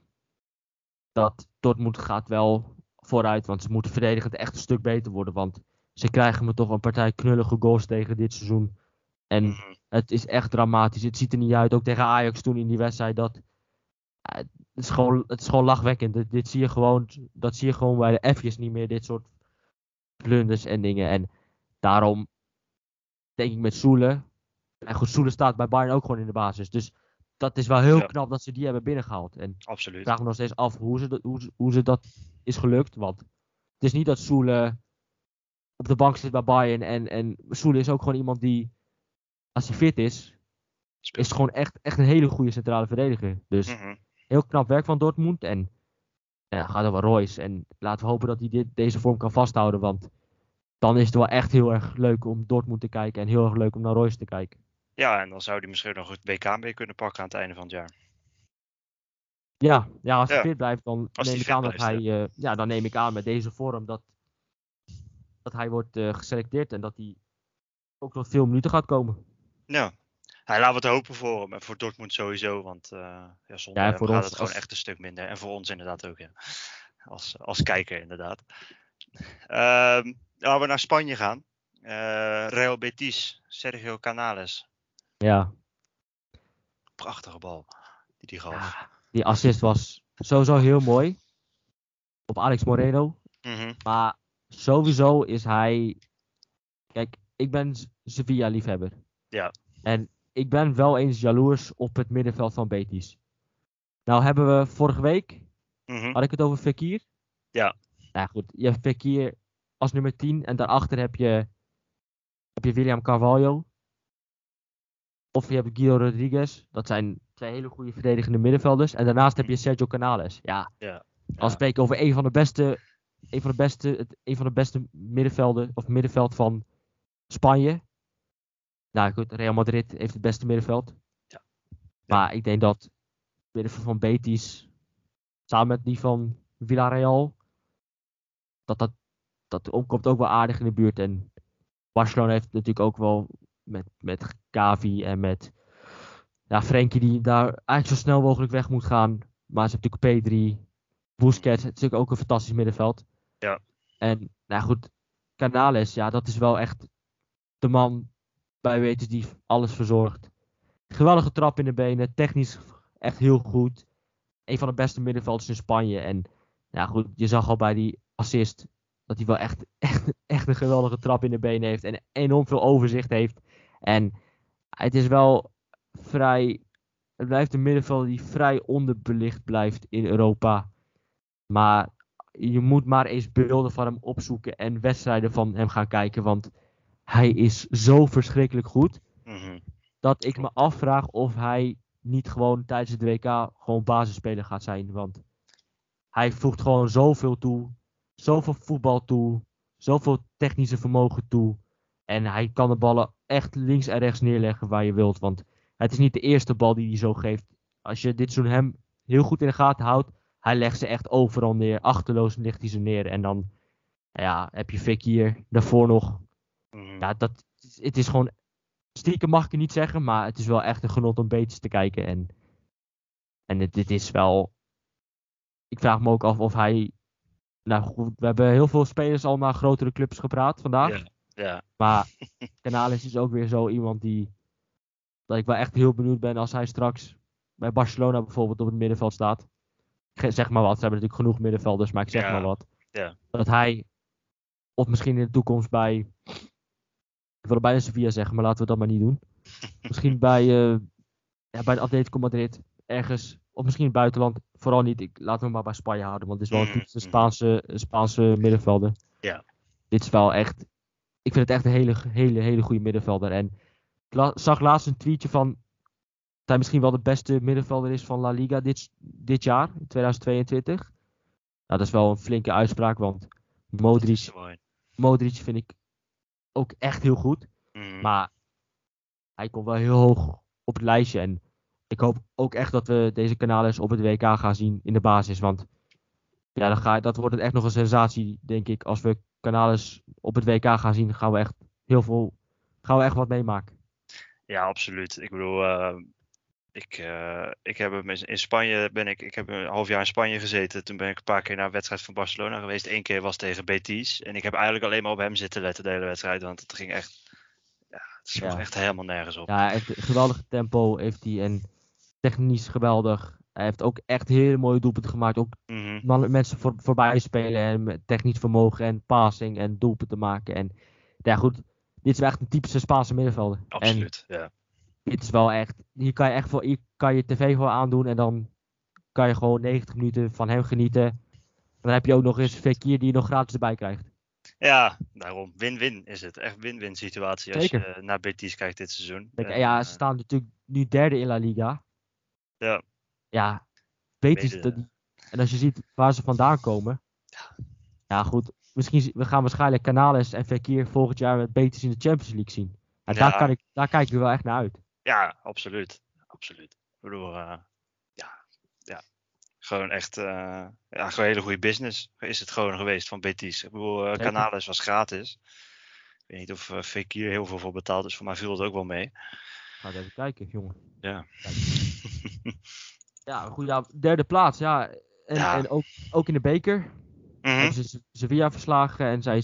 Dortmund gaat wel vooruit, want ze moeten verdedigend echt een stuk beter worden, want ze krijgen me toch een partij knullige goals tegen dit seizoen. En Mhm. het is echt dramatisch. Het ziet er niet uit. Ook tegen Ajax toen in die wedstrijd. Het is gewoon lachwekkend. Dat zie je gewoon bij de F'jes niet meer. Dit soort blunders en dingen. En daarom denk ik met Soele. En goed, Soele staat bij Bayern ook gewoon in de basis. Dus dat is wel heel knap dat ze die hebben binnengehaald. En ik Absoluut. vraag me nog steeds af hoe ze dat is gelukt. Want het is niet dat Soele op de bank zit bij Bayern. En Soele is ook gewoon iemand die, als hij fit is gewoon echt een hele goede centrale verdediger. Dus Mhm. heel knap werk van Dortmund. En ja, gaat over Royce. En laten we hopen dat hij deze vorm kan vasthouden. Want dan is het wel echt heel erg leuk om Dortmund te kijken. En heel erg leuk om naar Royce te kijken. Ja, en dan zou hij misschien nog het WK mee kunnen pakken aan het einde van het jaar. Ja, als hij fit blijft, dan Als neem hij ik fit aan dat blijft, hij. Dan neem ik aan met deze vorm dat hij wordt geselecteerd. En dat hij ook tot veel minuten gaat komen. Ja. Laten we het hopen voor hem en voor Dortmund sowieso. Want zonder hem voor gaat ons het gewoon echt een stuk minder. En voor ons inderdaad ook, ja. Als kijker inderdaad. Laten we naar Spanje gaan. Real Betis, Sergio Canales. Ja. Prachtige bal die hij gaf. Ja, die assist was sowieso heel mooi. Op Alex Moreno. Mhm. Maar sowieso is hij. Kijk, ik ben Sevilla-liefhebber. Ja. En ik ben wel eens jaloers op het middenveld van Betis. Nou hebben we vorige week, Mhm. had ik het over Fekir. Ja. Nou goed, je hebt Fekir als nummer 10 en daarachter heb je William Carvalho. Of je hebt Guido Rodriguez. Dat zijn twee hele goede verdedigende middenvelders. En daarnaast heb je Sergio Canales. Ja, Ja. als spreken over een van de beste middenvelden of middenveld van Spanje. Nou goed, Real Madrid heeft het beste middenveld. Ja. Maar ik denk dat middenveld van Betis, samen met die van Villarreal, dat komt ook wel aardig in de buurt. En Barcelona heeft natuurlijk ook wel met Gavi en met Frenkie die daar eigenlijk zo snel mogelijk weg moet gaan. Maar ze hebben natuurlijk Pedri, Busquets, het is natuurlijk ook een fantastisch middenveld. Ja. En nou goed, Canales, ja, dat is wel echt de man bij Betis die alles verzorgt. Geweldige trap in de benen, technisch echt heel goed. Een van de beste middenvelders in Spanje. En ja, goed, je zag al bij die assist dat hij wel echt een geweldige trap in de benen heeft. En enorm veel overzicht heeft. En het is wel vrij. Het blijft een middenvelder die vrij onderbelicht blijft in Europa. Maar je moet maar eens beelden van hem opzoeken en wedstrijden van hem gaan kijken. Want hij is zo verschrikkelijk goed. Mhm. Dat ik me afvraag of hij niet gewoon tijdens het WK gewoon basisspeler gaat zijn. Want hij voegt gewoon zoveel toe. Zoveel voetbal toe. Zoveel technische vermogen toe. En hij kan de ballen echt links en rechts neerleggen waar je wilt. Want het is niet de eerste bal die hij zo geeft. Als je dit seizoen hem heel goed in de gaten houdt. Hij legt ze echt overal neer. Achterloos ligt hij ze neer. En dan heb je Fekir daarvoor nog. Mhm. Ja, het is gewoon. Stiekem mag ik het niet zeggen. Maar het is wel echt een genot om beetjes te kijken. En dit is wel. Ik vraag me ook af of hij. Nou goed, we hebben heel veel spelers al naar grotere clubs gepraat vandaag. Ja. Ja. Maar Canales is ook weer zo iemand dat ik wel echt heel benieuwd ben als hij straks bij Barcelona bijvoorbeeld op het middenveld staat. Zeg maar wat, ze hebben natuurlijk genoeg middenvelders, maar ik zeg maar wat. Ja. Dat hij, of misschien in de toekomst bij, ik wil het bijna Sevilla zeggen, maar laten we dat maar niet doen. Misschien bij de Atletico Madrid, ergens, of misschien in het buitenland, vooral niet. Laten we maar bij Spanje houden, want het is wel een typische Spaanse middenvelder. Ja. Dit is wel echt, ik vind het echt een hele goede middenvelder. En ik zag laatst een tweetje van dat hij misschien wel de beste middenvelder is van La Liga dit jaar, 2022. Nou, dat is wel een flinke uitspraak, want Modric vind ik ook echt heel goed. Mhm. Maar hij komt wel heel hoog op het lijstje. En ik hoop ook echt dat we deze Canales op het WK gaan zien in de basis. Want ja, dat wordt het echt nog een sensatie, denk ik. Als we Canales op het WK gaan zien, gaan we echt wat meemaken. Ja, absoluut. Ik bedoel, ik heb hem in Spanje ik heb een half jaar in Spanje gezeten. Toen ben ik een paar keer naar een wedstrijd van Barcelona geweest. Eén keer was tegen Betis. En ik heb eigenlijk alleen maar op hem zitten letten de hele wedstrijd. Want het ging echt, het sloeg echt helemaal nergens op. Ja, hij heeft een geweldig tempo heeft hij en technisch geweldig. Hij heeft ook echt hele mooie doelpunten gemaakt. Ook mensen voorbij spelen en met technisch vermogen en passing en doelpunten maken. En ja goed, dit is wel echt een typische Spaanse middenvelder. Absoluut, en ja. Dit is wel echt, hier kan je tv voor aandoen en dan kan je gewoon 90 minuten van hem genieten. Dan heb je ook nog eens Fekir die je nog gratis erbij krijgt. Ja, daarom. Win-win is het. Echt win-win situatie als Zeker. je naar Betis kijkt dit seizoen. Ze staan natuurlijk nu derde in La Liga. Ja. Ja, Betis. En als je ziet waar ze vandaan komen. Ja, goed. We gaan waarschijnlijk Canales en Fekir volgend jaar met Betis in de Champions League zien. En daar kijk ik wel echt naar uit. Ja, absoluut. Absoluut. Ik bedoel, gewoon echt gewoon een hele goede business is het gewoon geweest van Betis. Ik bedoel, Canales was gratis. Ik weet niet of Fekir heel veel voor betaald is. Voor mij viel het ook wel mee. Ga even kijken, jongen. Ja. Ja, goed. Derde plaats. Ja. En ook in de beker. Hebben ze Sevilla verslagen. En zij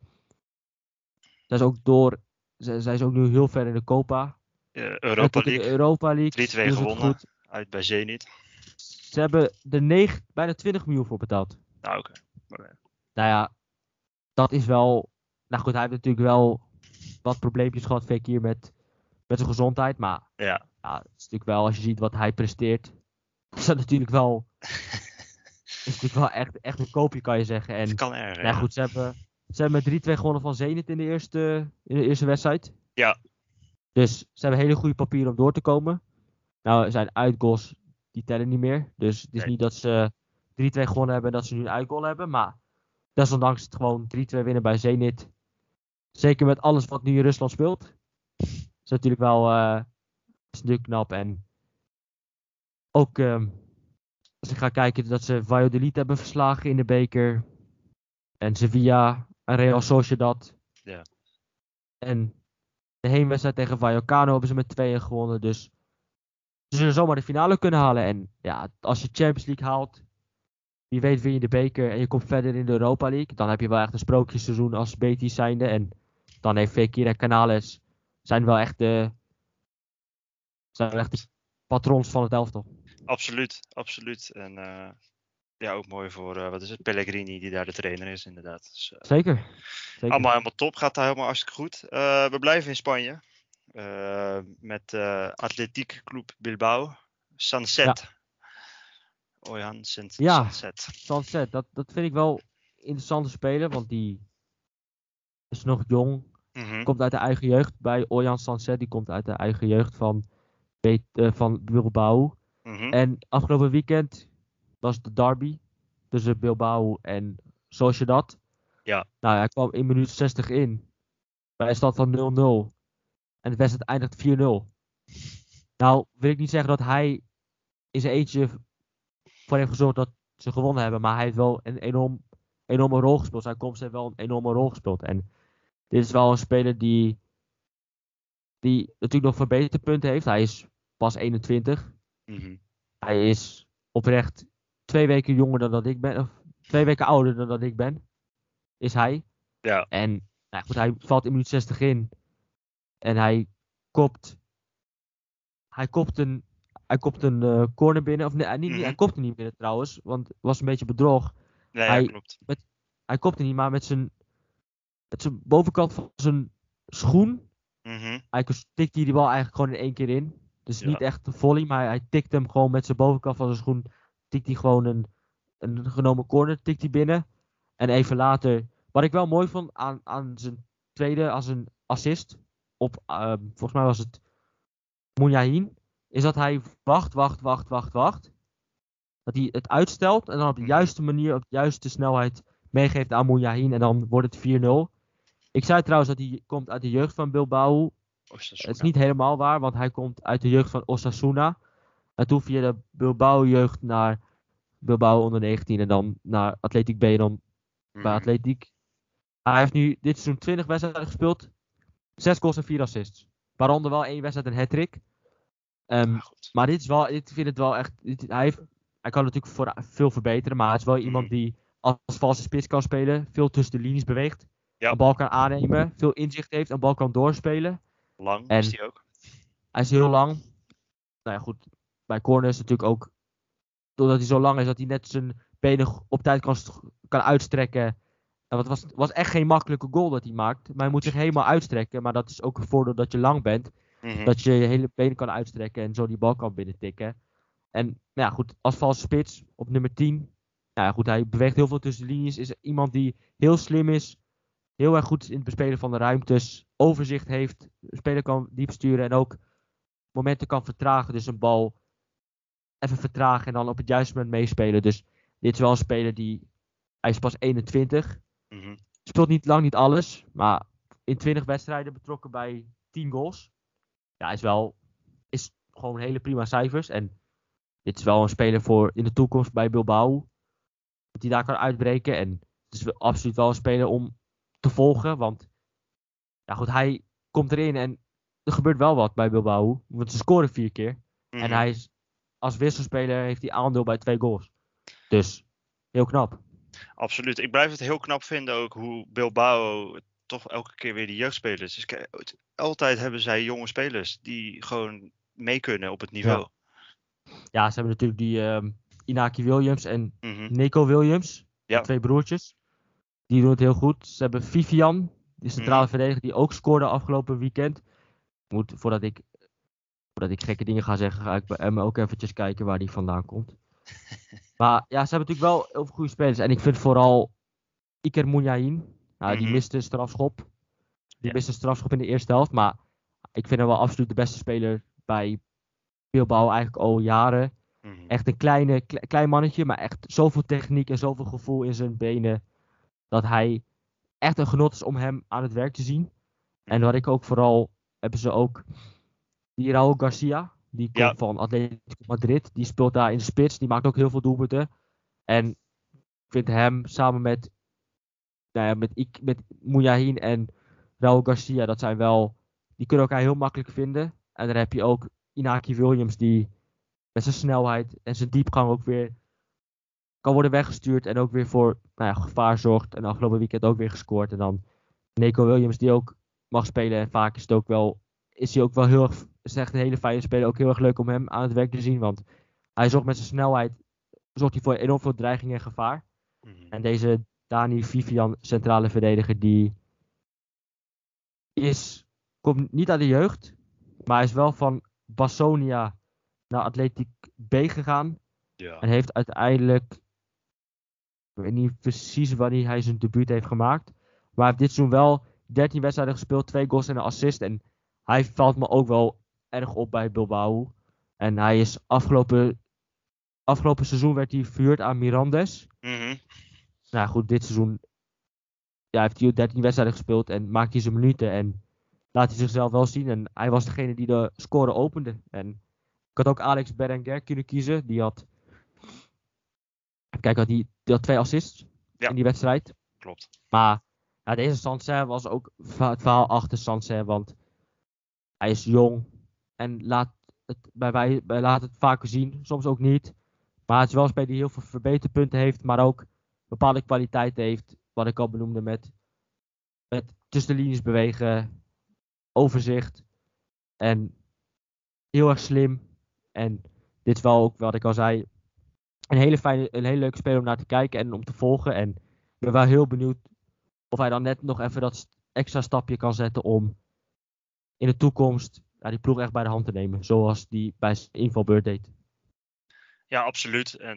is ook zij is ook nu heel ver in de Copa. Europa League. Europa League. 3-2 gewonnen. Uit bij Zenit. Ze hebben er bijna 20 miljoen voor betaald. Nou, oké. Nou ja, dat is wel. Nou goed, hij heeft natuurlijk wel wat probleempjes gehad, Fekir, met zijn gezondheid. Maar ja, het is natuurlijk wel, als je ziet wat hij presteert, is dat natuurlijk wel. Is natuurlijk wel echt een koopje, kan je zeggen. En, het kan erg. Nou goed, ze hebben met 3-2 gewonnen van Zenit in de eerste wedstrijd. Ja. Dus ze hebben hele goede papieren om door te komen. Nou, zijn uitgoals, die tellen niet meer. Dus het is niet dat ze 3-2 gewonnen hebben en dat ze nu een uitgoal hebben. Maar desondanks het gewoon 3-2 winnen bij Zenit. Zeker met alles wat nu in Rusland speelt. Is natuurlijk wel is natuurlijk knap. En Ook als ik ga kijken dat ze Valladolid hebben verslagen in de beker. En Sevilla en Real Sociedad. Ja. En de heenwedstrijd tegen Vallecano hebben ze met 2-1 gewonnen. Dus ze zullen zomaar de finale kunnen halen. En ja, als je Champions League haalt, wie weet win je de beker en je komt verder in de Europa League. Dan heb je wel echt een sprookjesseizoen als Betis zijnde. En dan heeft Fekir en Canales zijn wel echt de patrons van het elftal. Absoluut. En ook mooi voor, wat is het, Pellegrini die daar de trainer is inderdaad. Dus, Zeker. allemaal helemaal top, gaat daar helemaal hartstikke goed. We blijven in Spanje. Met Athletic Club Bilbao. Sunset. Oyan Sunset. Sunset. Dat vind ik wel interessant te spelen, want die is nog jong. Komt uit de eigen jeugd bij Oyan Sunset. Die komt uit de eigen jeugd van Bilbao. En afgelopen weekend was de derby tussen Bilbao en Sociedad. Ja. Nou, hij kwam in minuut 60 in. Bij een stand van 0-0. En de wedstrijd eindigt 4-0. Nou, wil ik niet zeggen dat hij in zijn eentje voor heeft gezorgd dat ze gewonnen hebben. Maar hij heeft wel een enorme rol gespeeld. Zijn komst heeft wel een enorme rol gespeeld. En dit is wel een speler die natuurlijk nog verbeterpunten heeft. Hij is pas 21. Hij is oprecht 2 weken jonger dan dat ik ben. Of 2 weken ouder dan dat ik ben. Is hij. Ja. En nou goed, hij valt in minuut 60 in. En hij kopt een corner binnen. Of nee, hij kopte niet binnen trouwens. Want het was een beetje bedrog. Nee, klopt. Hij kopte niet, maar met zijn bovenkant van zijn schoen. Hij tikte die bal eigenlijk gewoon in 1 keer in. Dus niet echt een volley, maar hij tikte hem gewoon met zijn bovenkant van zijn schoen. Tikt hij gewoon een genomen corner, tikt hij binnen. En even later, wat ik wel mooi vond aan zijn tweede, als een assist. Volgens mij was het Mouniahin. Is dat hij wacht. Dat hij het uitstelt en dan op de juiste manier, op de juiste snelheid meegeeft aan Mouniahin. En dan wordt het 4-0. Ik zei trouwens dat hij komt uit de jeugd van Bilbao. Osasuna. Het is niet helemaal waar, want hij komt uit de jeugd van Osasuna. En toen via de Bilbao-jeugd naar Bilbao onder 19 en dan naar Athletic B en dan bij Athletic. Hij heeft nu dit seizoen 20 wedstrijden gespeeld. 6 goals en 4 assists. Waaronder wel 1 wedstrijd een hat-trick. Maar ik vind het wel echt... Hij kan natuurlijk veel verbeteren, maar hij is wel iemand die als valse spits kan spelen. Veel tussen de linies beweegt. Ja. Een bal kan aannemen. Veel inzicht heeft. Een bal kan doorspelen. Lang is hij ook. Hij is heel lang. Nou ja, goed. Bij corners natuurlijk ook. Doordat hij zo lang is, dat hij net zijn benen op tijd kan uitstrekken. En het was echt geen makkelijke goal dat hij maakt. Maar hij moet zich helemaal uitstrekken. Maar dat is ook een voordeel dat je lang bent. Dat je je hele benen kan uitstrekken en zo die bal kan binnentikken. En nou ja, goed, als valse spits op nummer 10. Nou ja, goed, hij beweegt heel veel tussen de linies. Is iemand die heel slim is. Heel erg goed is in het bespelen van de ruimtes. Overzicht heeft. De speler kan diep sturen en ook momenten kan vertragen. Dus een bal even vertragen en dan op het juiste moment meespelen. Dus dit is wel een speler hij is pas 21. Speelt lang niet alles. Maar in 20 wedstrijden betrokken bij 10 goals. Ja, is gewoon hele prima cijfers. En dit is wel een speler voor in de toekomst bij Bilbao. Dat hij daar kan uitbreken. En het is absoluut wel een speler om te volgen. Want ja goed, hij komt erin en er gebeurt wel wat bij Bilbao. Want ze scoren 4 keer. En hij is als wisselspeler heeft hij aandeel bij 2 goals. Dus heel knap. Absoluut. Ik blijf het heel knap vinden ook hoe Bilbao toch elke keer weer die jeugdspelers. Dus altijd hebben zij jonge spelers die gewoon mee kunnen op het niveau. Ja, ze hebben natuurlijk die Inaki Williams en Nico Williams. Ja. 2 broertjes. Die doen het heel goed. Ze hebben Vivian, die centrale verdediger, die ook scoorde afgelopen weekend. Voordat ik gekke dingen ga zeggen, ga ik bij hem ook eventjes kijken waar die vandaan komt. Maar ja, ze hebben natuurlijk wel heel veel goede spelers. En ik vind vooral Iker Mouniahin. Nou, die miste een strafschop. Miste een strafschop in de eerste helft. Maar ik vind hem wel absoluut de beste speler bij Bilbao eigenlijk al jaren. Echt een klein mannetje, maar echt zoveel techniek en zoveel gevoel in zijn benen. Dat hij echt een genot is om hem aan het werk te zien. En wat ik ook vooral, hebben ze ook die Raúl Garcia. Die Ja. komt van Atletico Madrid. Die speelt daar in de spits. Die maakt ook heel veel doelpunten. En ik vind hem samen met Mujahid en Raúl Garcia, dat zijn wel... Die kunnen elkaar heel makkelijk vinden. En dan heb je ook Inaki Williams, die met zijn snelheid en zijn diepgang ook weer kan worden weggestuurd. En ook weer voor gevaar zorgt. En afgelopen weekend ook weer gescoord. En dan Nico Williams, die ook mag spelen. En vaak is hij ook wel heel erg... is echt een hele fijne speler. Ook heel erg leuk om hem aan het werk te zien. Want hij zorgt met zijn snelheid voor enorm veel dreiging en gevaar. Mhm. En deze Dani Vivian, centrale verdediger, die komt niet uit de jeugd. Maar hij is wel van Bassonia naar Athletic B gegaan. Ja. En heeft uiteindelijk... Ik weet niet precies wanneer hij zijn debuut heeft gemaakt. Maar hij heeft dit seizoen wel 13 wedstrijden gespeeld, 2 goals en een assist. En hij valt me ook wel erg op bij Bilbao. En hij is afgelopen seizoen werd hij verhuurd aan Mirandes. Mhm. Nou goed, dit seizoen heeft hij 13 wedstrijden gespeeld en maakt hij zijn minuten. En laat hij zichzelf wel zien. En hij was degene die de score opende. En ik had ook Alex Berenguer kunnen kiezen. Die had 2 assists in die wedstrijd. Klopt. Maar deze Sancerre was ook het verhaal achter Sancerre. Want hij is jong en laat het vaker zien. Soms ook niet. Maar het is wel een speler die heel veel verbeterpunten heeft. Maar ook bepaalde kwaliteiten heeft. Wat ik al benoemde met tussen de linies bewegen. Overzicht. En heel erg slim. En dit is wel ook wat ik al zei. Een hele leuke speler om naar te kijken en om te volgen. En ik ben wel heel benieuwd of hij dan net nog even dat extra stapje kan zetten om in de toekomst die ploeg echt bij de hand te nemen. Zoals die bij zijn invalbeurt deed. Ja, absoluut. En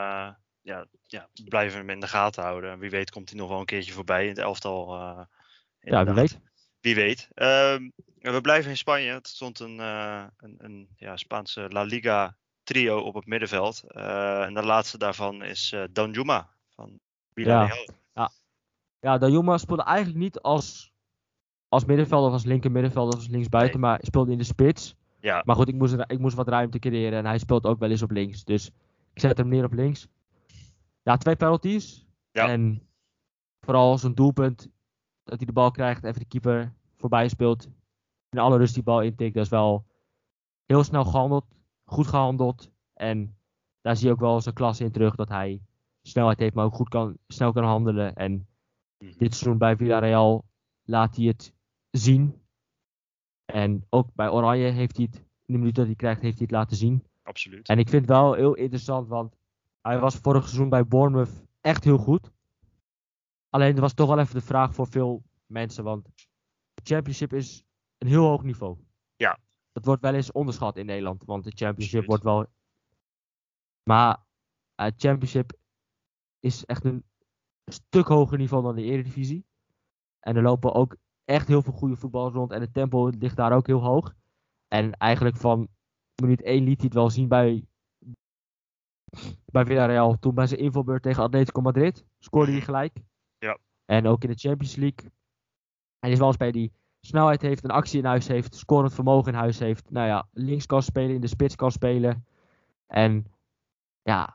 we blijven hem in de gaten houden. Wie weet komt hij nog wel een keertje voorbij in het elftal. Ja, wie weet. Wie weet. We blijven in Spanje. Het stond een Spaanse La Liga trio op het middenveld. En de laatste daarvan is Danjuma van Villarreal. Ja, Danjuma speelde eigenlijk niet als middenvelder of als linker middenvelder of als linksbuiten. Nee. Maar speelde in de spits. Ja. Maar goed, ik moest wat ruimte creëren. En hij speelt ook wel eens op links. Dus ik zet hem neer op links. Ja, 2 penalties. Ja. En vooral zo'n doelpunt dat hij de bal krijgt, even de keeper voorbij speelt. In alle rust die bal intikt. Dat is wel heel snel gehandeld. Goed gehandeld. En daar zie je ook wel zijn klasse in terug. Dat hij snelheid heeft, maar ook snel kan handelen. En dit seizoen bij Villarreal laat hij het zien. En ook bij Oranje heeft hij het, in de minuut dat hij krijgt, heeft hij het laten zien. Absoluut. En ik vind het wel heel interessant, want hij was vorig seizoen bij Bournemouth echt heel goed. Alleen er was toch wel even de vraag voor veel mensen, want de Championship is een heel hoog niveau. Ja. Dat wordt wel eens onderschat in Nederland, want de Championship wordt wel... Maar het Championship is echt een stuk hoger niveau dan de Eredivisie. En er lopen ook echt heel veel goede voetballers rond en het tempo ligt daar ook heel hoog. En eigenlijk van minuut 1 liet hij het wel zien bij Villarreal. Toen bij zijn invalbeurt tegen Atletico Madrid scoorde hij gelijk. Ja. En ook in de Champions League. Hij is wel een speler die snelheid heeft, een actie in huis heeft, scorend vermogen in huis heeft. Nou ja, links kan spelen, in de spits kan spelen. En ja,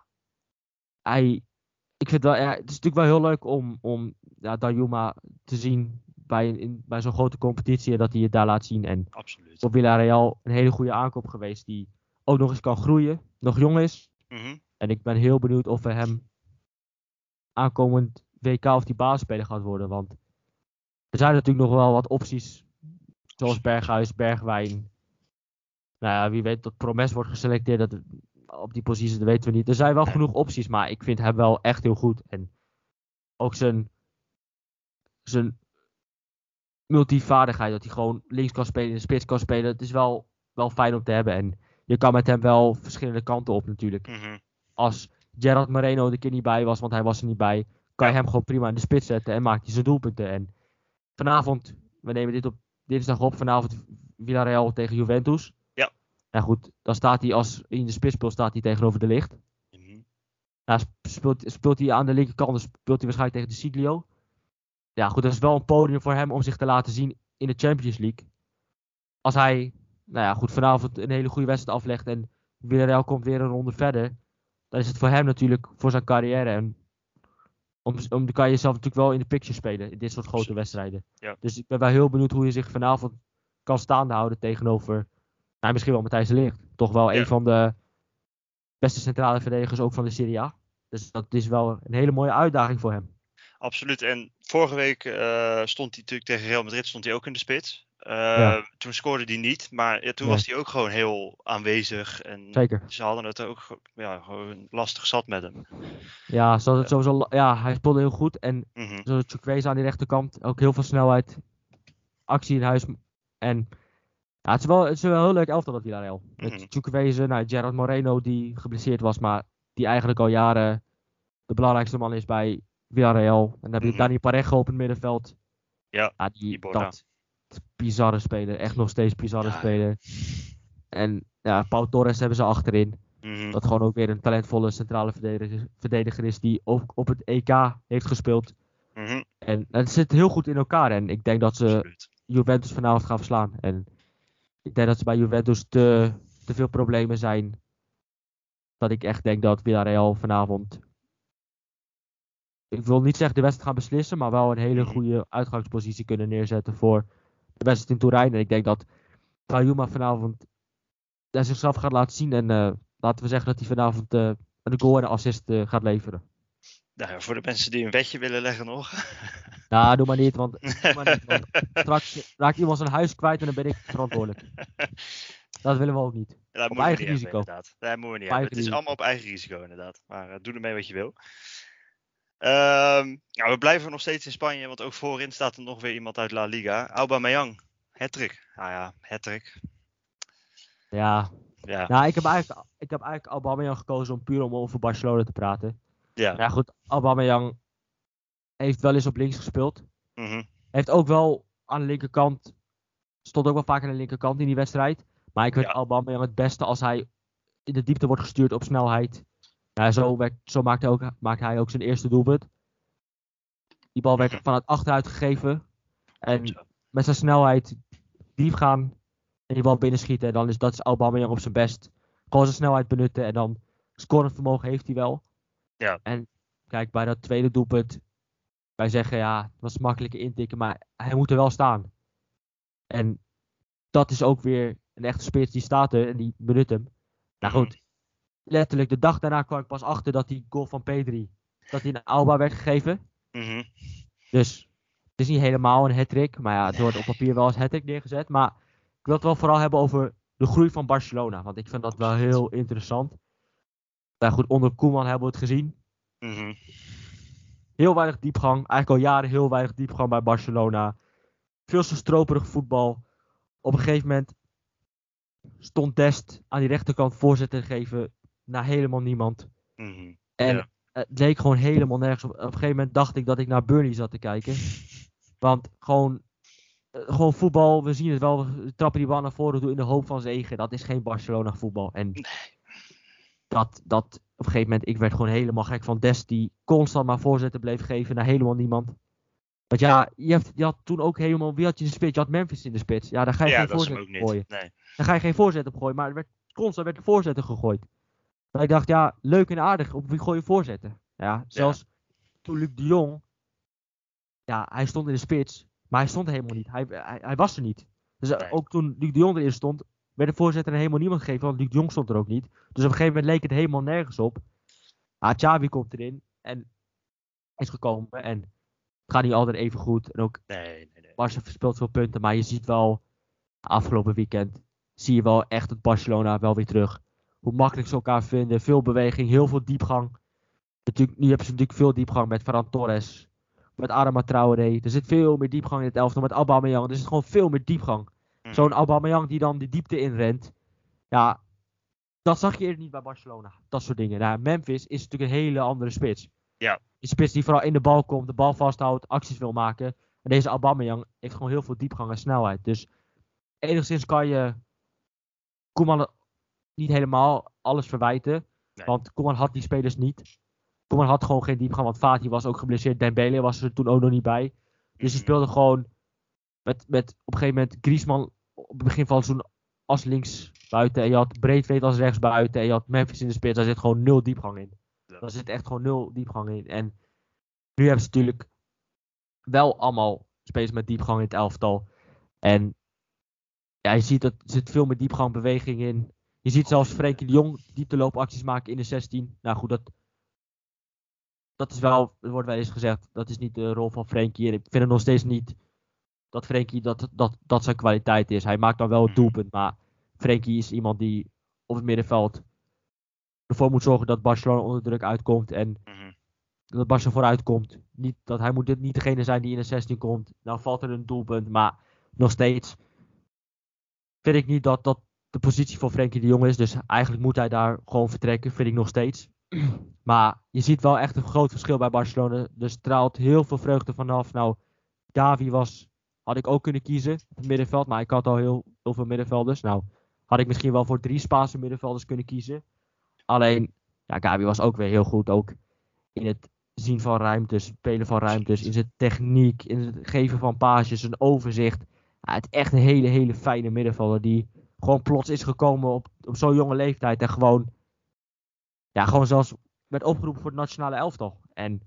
ik vind wel, het is natuurlijk wel heel leuk om Danjuma te zien bij zo'n grote competitie en dat hij het daar laat zien. En absoluut. Voor Villarreal een hele goede aankoop geweest die ook nog eens kan groeien, nog jong is. Mm-hmm. En ik ben heel benieuwd of we hem aankomend WK of die basisspeler gaat worden. Want er zijn natuurlijk nog wel wat opties, zoals Berghuis, Bergwijn. Nou ja, wie weet dat Promes wordt geselecteerd op die positie, dat weten we niet. Er zijn wel genoeg opties, maar ik vind hem wel echt heel goed. En ook zijn multivaardigheid, dat hij gewoon links kan spelen, in de spits kan spelen. Het is wel fijn om te hebben. En je kan met hem wel verschillende kanten op natuurlijk. Mm-hmm. Als Gerard Moreno er keer niet bij was, want hij was er niet bij, kan je hem gewoon prima in de spits zetten en maakt hij zijn doelpunten. En vanavond, we nemen dit op dinsdag op, vanavond Villarreal tegen Juventus. Ja. Nou goed, dan staat hij als in de spits speelt, staat hij tegenover de Ligt. Mm-hmm. Nou, speelt hij aan de linkerkant, dan speelt hij waarschijnlijk tegen de Siglio. Ja goed, dat is wel een podium voor hem om zich te laten zien in de Champions League. Als hij nou ja, goed, vanavond een hele goede wedstrijd aflegt en Villarreal komt weer een ronde verder, dan is het voor hem natuurlijk, voor zijn carrière, en dan kan je jezelf natuurlijk wel in de picture spelen in dit soort grote Absoluut. wedstrijden. Ja. Dus ik ben wel heel benieuwd hoe je zich vanavond kan staande houden tegenover, nou, misschien wel Matthijs de Ligt. Toch wel Ja. een van de beste centrale verdedigers ook van de Serie A. Dus dat is wel een hele mooie uitdaging voor hem. Absoluut. En vorige week stond hij natuurlijk tegen Real Madrid stond hij ook in de spits. Ja. Toen scoorde hij niet, maar ja, toen Nee. was hij ook gewoon heel aanwezig. En Zeker. ze hadden het ook gewoon lastig zat met hem. Ja, sowieso, ja, hij speelde heel goed. En Mhm. zo Chukwueze aan die rechterkant, ook heel veel snelheid, actie in huis. En ja, het is wel een heel leuk elftal dat Villarreal. Met Mhm. Chukwueze, nou, Gerard Moreno die geblesseerd was, maar die eigenlijk al jaren de belangrijkste man is bij Villarreal. En dan heb je Mhm. Dani Parejo op het middenveld. Ja, Dat is bizarre speler, echt nog steeds bizarre speler. En ja, Pau Torres hebben ze achterin. Mhm. Dat gewoon ook weer een talentvolle centrale verdediger is die ook op het EK heeft gespeeld. Mhm. En het zit heel goed in elkaar. En ik denk dat ze Absoluut. Juventus vanavond gaan verslaan. En ik denk dat ze bij Juventus te veel problemen zijn. Dat ik echt denk dat Villarreal vanavond, ik wil niet zeggen de wedstrijd gaan beslissen, maar wel een hele Mhm. goede uitgangspositie kunnen neerzetten voor de wedstrijd in Turijn. En ik denk dat Bayuma vanavond zichzelf gaat laten zien. En laten we zeggen dat hij vanavond een goal en een assist gaat leveren. Nou ja, voor de mensen die een wetje willen leggen nog. Nou, doe maar niet, want straks raakt iemand zijn huis kwijt en dan ben ik verantwoordelijk. Dat willen we ook niet. Dat Op moeten we eigen niet hebben, risico. inderdaad. Dat moeten we niet Op hebben. eigen Het is risico. allemaal op eigen risico, inderdaad. Maar doe ermee wat je wil. Ja, we blijven nog steeds in Spanje, want ook voorin staat er nog weer iemand uit La Liga. Aubameyang, hattrick. Nou ja, hattrick. Ja. Ja. Nou, ik heb eigenlijk Aubameyang gekozen om puur om over Barcelona te praten. Ja. Ja, goed. Aubameyang heeft wel eens op links gespeeld. Mhm. Heeft ook wel aan de linkerkant, stond ook wel vaak aan de linkerkant in die wedstrijd. Maar ik vind Ja. Aubameyang het beste als hij in de diepte wordt gestuurd op snelheid. Ja, zo maakt hij ook zijn eerste doelpunt. Die bal werd vanuit achteruit gegeven. En Zo. met zijn snelheid diep gaan en die bal binnenschieten. En dan dat is Aubameyang op zijn best. Gewoon zijn snelheid benutten en dan scorend vermogen heeft hij wel. Ja. En kijk, bij dat tweede doelpunt, wij zeggen ja, het was makkelijker intikken, maar hij moet er wel staan. En dat is ook weer een echte spits die staat er en die benut hem. Nou goed, letterlijk de dag daarna kwam ik pas achter dat die goal van Pedri, dat die aan Alba werd gegeven. Mhm. Dus het is niet helemaal een hat-trick, maar ja, het wordt op papier wel als hat-trick neergezet. Maar ik wil het wel vooral hebben over de groei van Barcelona, want ik vind dat wel heel interessant. Nou goed, onder Koeman hebben we het gezien. Mhm. Heel weinig diepgang, eigenlijk al jaren heel weinig diepgang bij Barcelona. Veel te stroperig voetbal. Op een gegeven moment stond Dest aan die rechterkant voorzet te geven naar helemaal niemand. Mhm. En Ja. het leek gewoon helemaal nergens op. Op een gegeven moment dacht ik dat ik naar Burnley zat te kijken. Want gewoon voetbal, we zien het wel, we trappen die bal naar voren toe in de hoop van zegen. Dat is geen Barcelona voetbal. En dat op een gegeven moment, ik werd gewoon helemaal gek van Dest die constant maar voorzetten bleef geven naar helemaal niemand. Want ja, je had toen ook helemaal, wie had je in de spits? Je had Memphis in de spits. Ja, daar ga je Ja, geen dat is hem voorzet ook op gooien. niet. Nee. Daar ga je geen voorzet op gooien, maar constant werd de voorzetten gegooid. Maar ik dacht, ja, leuk en aardig, op wie gooi je voorzetten? Ja, zelfs toen Luc de Jong, ja, hij stond in de spits, maar hij stond er helemaal niet. Hij was er niet. Dus Nee. ook toen Luc de Jong erin stond, werd de voorzetter er helemaal niemand gegeven, want Luc de Jong stond er ook niet. Dus op een gegeven moment leek het helemaal nergens op. Xavi komt erin en is gekomen en het gaat niet altijd even goed. En ook Nee. Barca verspeelt veel punten, maar je ziet wel, afgelopen weekend, zie je wel echt het Barcelona wel weer terug. Hoe makkelijk ze elkaar vinden, veel beweging, heel veel diepgang. Nu hebben ze natuurlijk veel diepgang met Ferran Torres, met Adama Traoré. Er zit veel meer diepgang in het elftal, met Aubameyang. Er zit gewoon veel meer diepgang. Mhm. Zo'n Aubameyang die dan de diepte inrent. Ja, dat zag je eerder niet bij Barcelona. Dat soort dingen. Nou, Memphis is natuurlijk een hele andere spits. Ja. Een spits die vooral in de bal komt, de bal vasthoudt, acties wil maken. En deze Aubameyang heeft gewoon heel veel diepgang en snelheid. Dus enigszins kan je Koeman niet helemaal alles verwijten. Nee. Want Koeman had die spelers niet. Koeman had gewoon geen diepgang, want Fati was ook geblesseerd. Dembele was er toen ook nog niet bij. Dus ze speelden gewoon met op een gegeven moment Griezmann op het begin van het seizoen als linksbuiten en je had Braithwaite als rechtsbuiten en je had Memphis in de spits. Daar zit gewoon 0 diepgang in. Ja. Daar zit echt gewoon 0 diepgang in. En nu hebben ze natuurlijk wel allemaal spelers met diepgang in het elftal. En ja, je ziet dat er zit veel meer diepgang, beweging in. Je ziet zelfs Frenkie de Jong diepteloopacties maken in de 16. Nou goed, dat is wel, er wordt wel eens gezegd, dat is niet de rol van Frenkie. En ik vind het nog steeds niet dat Frenkie dat zijn kwaliteit is. Hij maakt dan wel het doelpunt, maar Frenkie is iemand die op het middenveld ervoor moet zorgen dat Barcelona onder druk uitkomt en dat Barca vooruit komt. Hij moet niet degene zijn die in de 16 komt. Nou valt er een doelpunt, maar nog steeds vind ik niet dat de positie van Frenkie de Jong is. Dus eigenlijk moet hij daar gewoon vertrekken, vind ik nog steeds. Maar je ziet wel echt een groot verschil bij Barcelona. Er straalt heel veel vreugde vanaf. Nou, Gavi had ik ook kunnen kiezen op het middenveld. Maar ik had al heel veel middenvelders. Nou, had ik misschien wel voor 3 Spaanse middenvelders kunnen kiezen. Alleen, ja, Gavi was ook weer heel goed. Ook in het zien van ruimtes, spelen van ruimtes, in zijn techniek, in het geven van paasjes, een overzicht. Ja, het is echt een hele, hele fijne middenvelder die gewoon plots is gekomen op zo'n jonge leeftijd en gewoon zelfs werd opgeroepen voor het nationale elftal. En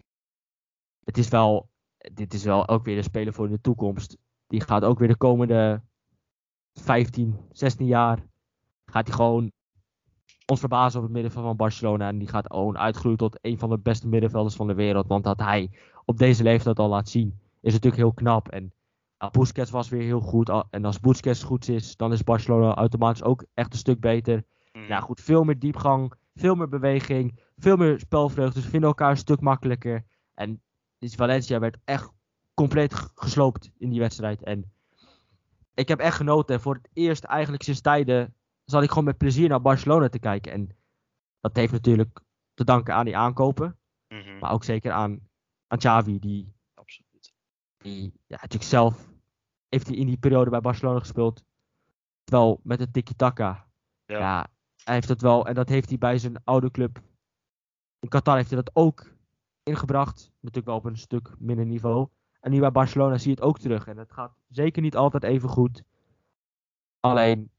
dit is wel ook weer een speler voor in de toekomst. Die gaat ook weer de komende 15, 16 jaar, gaat hij gewoon ons verbazen op het middenveld van Barcelona. En die gaat gewoon uitgroeien tot een van de beste middenvelders van de wereld. Want dat hij op deze leeftijd al laat zien, is natuurlijk heel knap. En Busquets was weer heel goed. En als Busquets goed is, dan is Barcelona automatisch ook echt een stuk beter. Nou goed, veel meer diepgang, veel meer beweging, veel meer spelvreugde. Ze vinden elkaar een stuk makkelijker. En dus Valencia werd echt compleet gesloopt in die wedstrijd. En ik heb echt genoten. En voor het eerst eigenlijk sinds tijden zat ik gewoon met plezier naar Barcelona te kijken. En dat heeft natuurlijk te danken aan die aankopen. Maar ook zeker aan Xavi. Absoluut. Die natuurlijk zelf heeft hij in die periode bij Barcelona gespeeld. Wel met het tiki-taka. Ja, hij heeft dat wel. En dat heeft hij bij zijn oude club in Qatar heeft hij dat ook ingebracht. Natuurlijk wel op een stuk minder niveau. En nu bij Barcelona zie je het ook terug. En het gaat zeker niet altijd even goed. Alleen,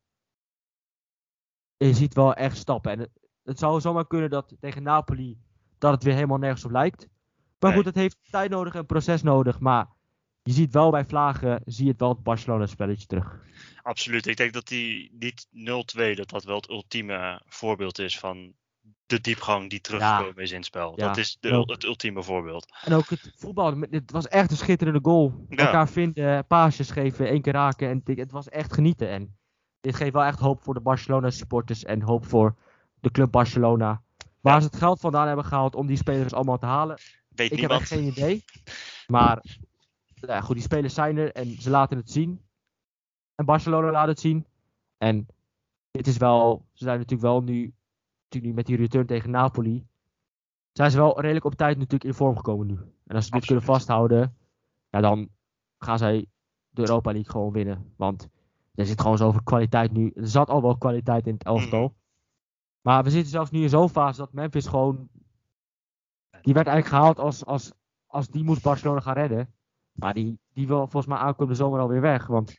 je ziet wel echt stappen. En het zou zomaar kunnen dat tegen Napoli dat het weer helemaal nergens op lijkt. Maar goed, het heeft tijd nodig en proces nodig. Maar je ziet wel bij vlagen, zie je het wel het Barcelona spelletje terug. Absoluut. Ik denk dat die 0-2, dat wel het ultieme voorbeeld is van de diepgang die teruggekomen is in het spel. Ja. Dat is het ultieme voorbeeld. En ook het voetbal, het was echt een schitterende goal. Elkaar vinden, paasjes geven, 1 keer raken. En het was echt genieten. En dit geeft wel echt hoop voor de Barcelona supporters en hoop voor de club Barcelona. Waar ze het geld vandaan hebben gehaald om die spelers allemaal te halen, Weet ik niemand. heb echt geen idee. Maar ja, goed, die spelers zijn er en ze laten het zien. En Barcelona laat het zien. En dit is wel, ze zijn natuurlijk wel nu met die return tegen Napoli, zijn ze wel redelijk op tijd natuurlijk in vorm gekomen nu. En als ze dit kunnen vasthouden, ja, dan gaan zij de Europa League gewoon winnen. Want er zit gewoon zoveel kwaliteit nu. Er zat al wel kwaliteit in het elftal. Maar we zitten zelfs nu in zo'n fase dat Memphis gewoon, die werd eigenlijk gehaald als die moest Barcelona gaan redden. Maar die wil volgens mij aankomende zomer alweer weg. Want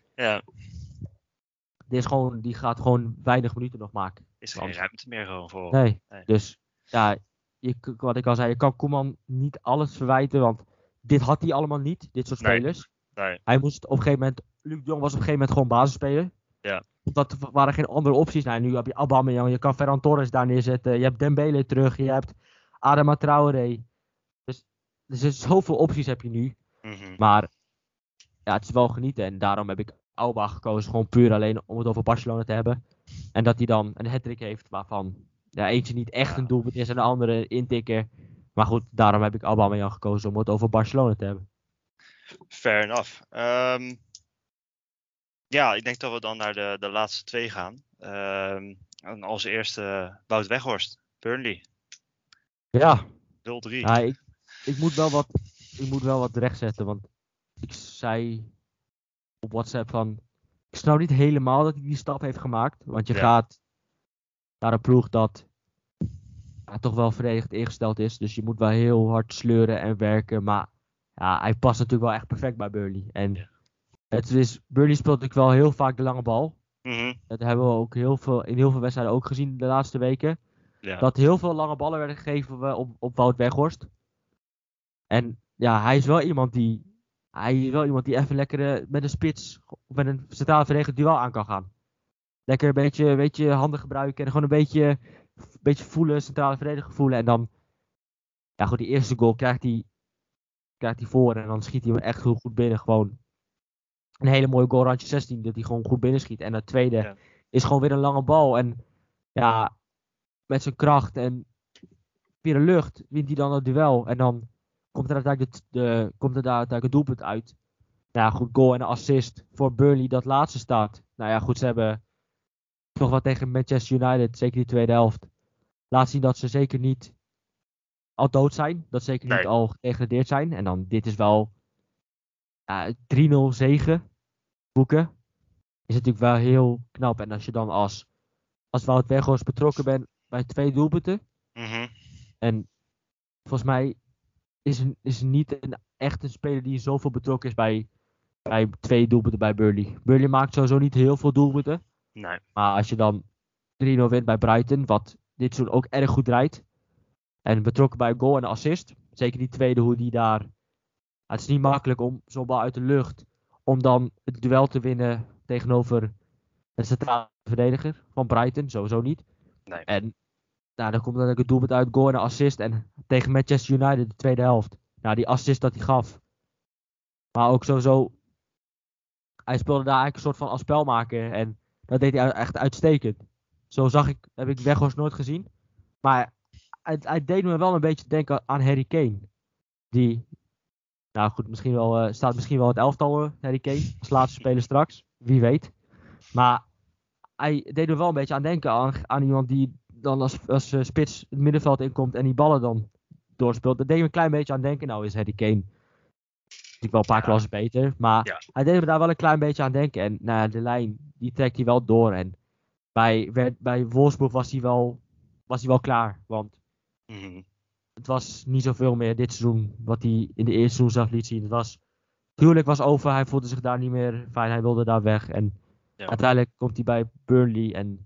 die gaat gewoon weinig minuten nog maken. Is er geen ruimte meer gewoon voor. Nee. Dus ja, wat ik al zei, je kan Koeman niet alles verwijten. Want dit had hij allemaal niet, dit soort spelers. Nee. Hij moest op een gegeven moment, Luc de Jong was op een gegeven moment gewoon basisspeler. Ja. Dat waren geen andere opties. Nou, nu heb je Aubameyang, je kan Ferran Torres daar neerzetten. Je hebt Dembele terug, je hebt Adama Traoré. Dus er zijn zoveel opties heb je nu. Maar ja, het is wel genieten. En daarom heb ik Alba gekozen. Gewoon puur alleen om het over Barcelona te hebben. En dat hij dan een hat-trick heeft waarvan eentje niet echt een doelpunt is en de andere intikken. Maar goed, daarom heb ik Aubameyang gekozen om het over Barcelona te hebben. Fair enough. Ja, ik denk dat we dan naar de laatste 2 gaan. En als eerste Wout Weghorst, Burnley. Ja. 0-3. Ja, ik moet wel wat rechtzetten, want ik zei op WhatsApp van, ik snap niet helemaal dat hij die stap heeft gemaakt. Want je gaat naar een ploeg dat toch wel verdedigend ingesteld is. Dus je moet wel heel hard sleuren en werken. Maar ja, hij past natuurlijk wel echt perfect bij Burnley. En Burnley speelt natuurlijk wel heel vaak de lange bal. Mhm. Dat hebben we ook in heel veel wedstrijden ook gezien de laatste weken. Ja. Dat heel veel lange ballen werden gegeven op Wout Weghorst. En ja, hij is wel iemand die even lekker met een spits of met een centrale verdediger duel aan kan gaan. Lekker een beetje handen gebruiken en gewoon een beetje voelen, centrale verdediger voelen. En dan, ja goed, die eerste goal krijgt hij voor en dan schiet hij hem echt heel goed binnen. Gewoon een hele mooie goal, randje 16, dat hij gewoon goed binnen schiet. En het tweede Ja. is gewoon weer een lange bal. En ja, met zijn kracht en via de lucht wint hij dan het duel. En dan komt er uiteindelijk het doelpunt uit. Nou ja, goed, goal en een assist voor Burnley dat laatste staat. Nou ja, goed, ze hebben toch wat tegen Manchester United, zeker die tweede helft, laat zien dat ze zeker niet al dood zijn. Dat ze zeker niet Nee. al gedegradeerd zijn. En dan, dit is wel 3-0 zege boeken. Is natuurlijk wel heel knap. En als je dan als Wout Weghorst betrokken bent bij 2 doelpunten. Mhm. En volgens mij is er niet echt een speler die zoveel betrokken is bij 2 doelpunten bij Burnley. Burnley maakt sowieso niet heel veel doelpunten. Nee. Maar als je dan 3-0 wint bij Brighton, wat dit seizoen ook erg goed draait. En betrokken bij een goal en een assist. Zeker die tweede, hoe die daar. Het is niet makkelijk om zo'n bal uit de lucht. Om dan het duel te winnen tegenover een centrale verdediger van Brighton. Sowieso niet. Nee. En nou, dan komt dan ook het doelpunt uit, goal en een assist. En tegen Manchester United de tweede helft. Nou, die assist dat hij gaf. Maar ook sowieso. Hij speelde daar eigenlijk een soort van als spelmaker. En dat deed hij echt uitstekend. Zo heb ik Weghorst nooit gezien. Maar hij deed me wel een beetje denken aan Harry Kane. Die, nou goed, staat misschien wel het elftal Harry Kane. Als laatste speler straks. Wie weet. Maar hij deed me wel een beetje aan denken aan iemand die dan als spits het middenveld inkomt en die ballen dan doorspeelt. Dat deed me een klein beetje aan denken. Nou is Harry Kane natuurlijk wel een paar Ja. klassen beter. Maar Ja. hij deed me daar wel een klein beetje aan denken. En nou, ja, de lijn, die trekt hij wel door. En bij Wolfsburg was hij wel klaar. Want Mhm. het was niet zoveel meer dit seizoen wat hij in de eerste seizoen zelf liet zien. Het huwelijk was over, hij voelde zich daar niet meer fijn, hij wilde daar weg. En Ja. uiteindelijk komt hij bij Burnley en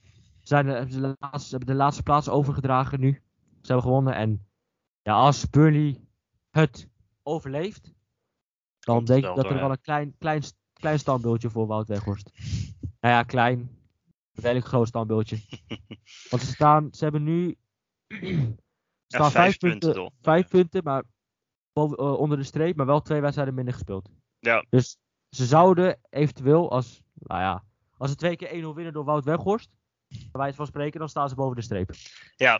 ze hebben de laatste plaats overgedragen nu. Ze hebben gewonnen en ja, als Burnley het overleeft, dan Komt het denk ik wel dat door er wel hem. een klein standbeeldje voor Wout Weghorst. Nou ja, klein, een redelijk groot standbeeldje. Want ze hebben nu Ja, staan 5 punten door. vijf punten, maar onder de streep, maar wel 2 wedstrijden minder gespeeld. Ja. Dus ze zouden eventueel, als ze 2 keer 1-0 winnen door Wout Weghorst, bij wijze van spreken, dan staan ze boven de streep. Ja.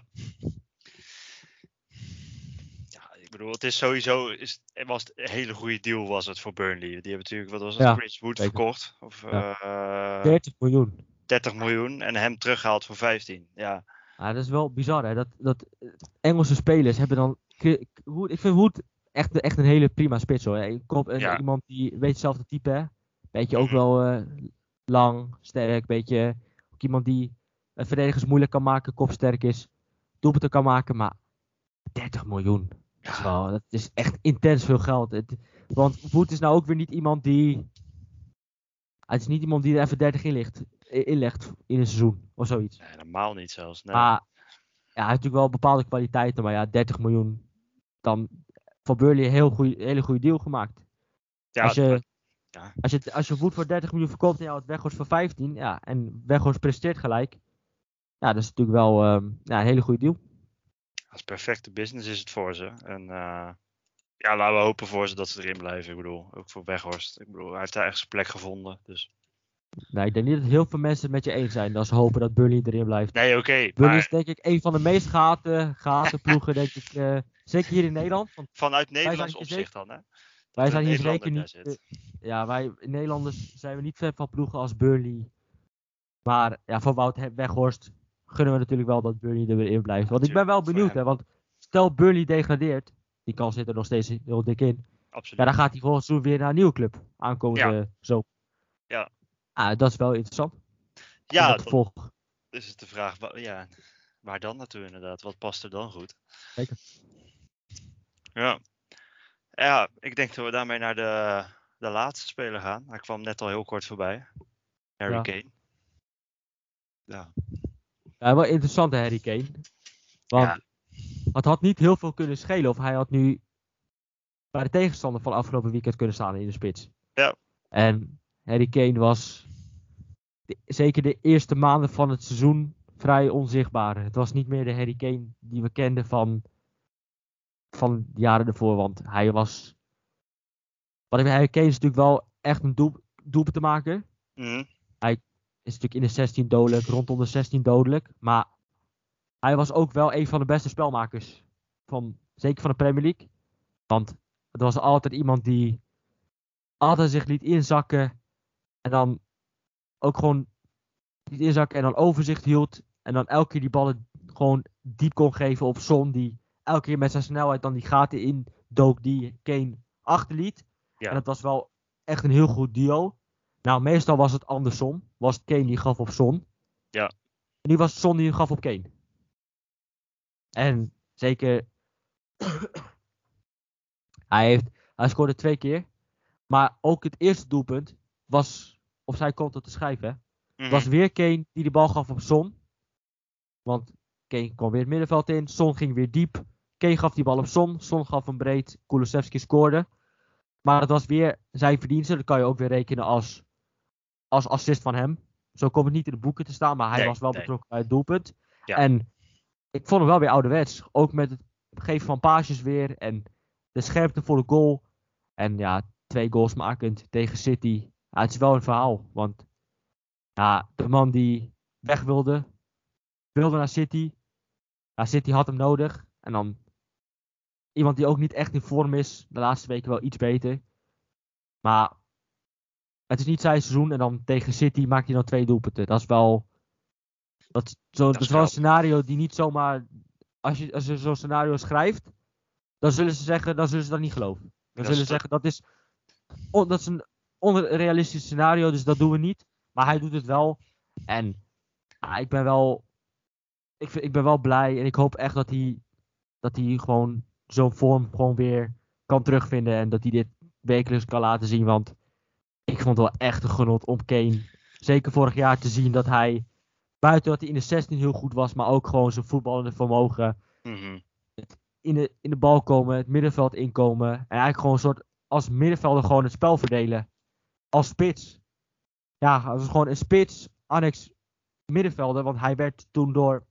Ja, ik bedoel, het is sowieso, het was een hele goede deal was het voor Burnley. Die hebben natuurlijk, wat was het, Ja, Chris Wood zeker. verkocht. Of Ja. 30 miljoen. 30 miljoen en hem teruggehaald voor 15. Ja. Dat is wel bizar, hè? Dat Engelse spelers hebben dan. Ik vind Wood echt een hele prima spits hoor. Ja. Iemand die weet hetzelfde type, hè? Beetje ook Mhm. wel lang, sterk, beetje. Ook iemand die verdedigers moeilijk kan maken, kopsterk is, doelpunten kan maken, maar 30 miljoen. Dat is echt intens veel geld. Want Wood is nou ook weer niet iemand die. Het is niet iemand die er even 30 inlegt in een seizoen of zoiets. Nee, normaal niet zelfs. Nee. Maar ja, hij heeft natuurlijk wel bepaalde kwaliteiten, maar ja, 30 miljoen. Dan voor Burnley een hele goede deal gemaakt. Ja, Als je, ja. als je Wood voor 30 miljoen verkoopt en je houdt Weghorst voor 15, ja, en Weghorst presteert gelijk. Ja, dat is natuurlijk wel een hele goede deal. Als perfecte business is het voor ze. En ja, laten we hopen voor ze dat ze erin blijven. Ik bedoel, ook voor Weghorst. Ik bedoel, hij heeft daar echt zijn plek gevonden. Dus. Nou, ik denk niet dat heel veel mensen het met je eens zijn als ze hopen dat Burnley erin blijft. Nee, oké. Burnley is Maar denk ik een van de meest gehate ploegen, denk ik. Zeker hier in Nederland. Want vanuit wij zijn Nederlands hier opzicht zeker, dan, hè? wij Dat er zijn een hier Nederlander zeker daar niet. zit. Ja, wij Nederlanders zijn we niet ver van ploegen als Burnley. Maar ja, voor Wout Weghorst gunnen we natuurlijk wel dat Burnley er weer in blijft. Want ik ben wel Voor benieuwd, hem. hè. Want stel Burnley degradeert, die kans zit er nog steeds heel dik in. Ja, Absoluut. dan gaat hij volgens seizoen weer naar een nieuwe club aankomende zo. Ja. Dat is wel interessant. Om Ja, dat te volgen. is het de vraag. Ja, waar dan naartoe inderdaad? Wat past er dan goed? Zeker. Ja. Ja, ik denk dat we daarmee naar de laatste speler gaan. Hij kwam net al heel kort voorbij. Harry Ja. Kane. Ja. Ja, wel interessante Harry Kane. Want Ja. het had niet heel veel kunnen schelen of hij had nu bij de tegenstander van afgelopen weekend kunnen staan in de spits. Ja. En Harry Kane was zeker de eerste maanden van het seizoen vrij onzichtbaar. Het was niet meer de Harry Kane die we kenden van de jaren ervoor. Want hij was... Harry Kane is natuurlijk wel echt een doelpunt te maken. Mhm. Hij is natuurlijk in de 16 dodelijk, rondom de 16 dodelijk. Maar hij was ook wel een van de beste spelmakers. Zeker van de Premier League. Want het was altijd iemand die altijd zich liet inzakken. En dan ook gewoon liet inzakken en dan overzicht hield. En dan elke keer die ballen gewoon diep kon geven op Son. Die elke keer met zijn snelheid dan die gaten in dook die Kane achterliet. Ja. En dat was wel echt een heel goed duo. Nou, meestal was het andersom. Was het Kane die gaf op Son. Ja. En nu was het Son die gaf op Kane. En zeker... hij scoorde 2 keer. Maar ook het eerste doelpunt was op zijn konto te schrijven. Mhm. Was weer Kane die de bal gaf op Son. Want Kane kwam weer het middenveld in. Son ging weer diep. Kane gaf die bal op Son. Son gaf hem breed. Kulusevski scoorde. Maar het was weer zijn verdienste. Dat kan je ook weer rekenen als assist van hem. Zo komt het niet in de boeken te staan. Maar hij was wel betrokken bij het doelpunt. Ja. En ik vond hem wel weer ouderwets. Ook met het geven van paasjes weer. En de scherpte voor de goal. En ja, 2 goals makend tegen City. Ja, het is wel een verhaal. Want ja, de man die weg wilde naar City. Ja, City had hem nodig. En dan iemand die ook niet echt in vorm is. De laatste weken wel iets beter. Maar het is niet zijn seizoen. En dan tegen City maakt hij dan 2 doelpunten. Dat is wel... Dat is wel een scenario die niet zomaar... Als je zo'n scenario schrijft... Dan zullen ze dat niet geloven. Dan zullen ze zeggen dat is een onrealistisch scenario. Dus dat doen we niet. Maar hij doet het wel. En ik ben wel... Ik ben wel blij. En ik hoop echt dat hij gewoon zo'n vorm gewoon weer kan terugvinden. En dat hij dit wekelijks kan laten zien. Want ik vond het wel echt een genot om Kane, zeker vorig jaar, te zien dat hij, buiten dat hij in de 16 heel goed was, maar ook gewoon zijn voetballende vermogen, in de bal komen, het middenveld inkomen. En eigenlijk gewoon een soort, als middenvelder gewoon het spel verdelen. Als spits. Ja, als gewoon een spits, annex middenvelder. Want hij werd toen door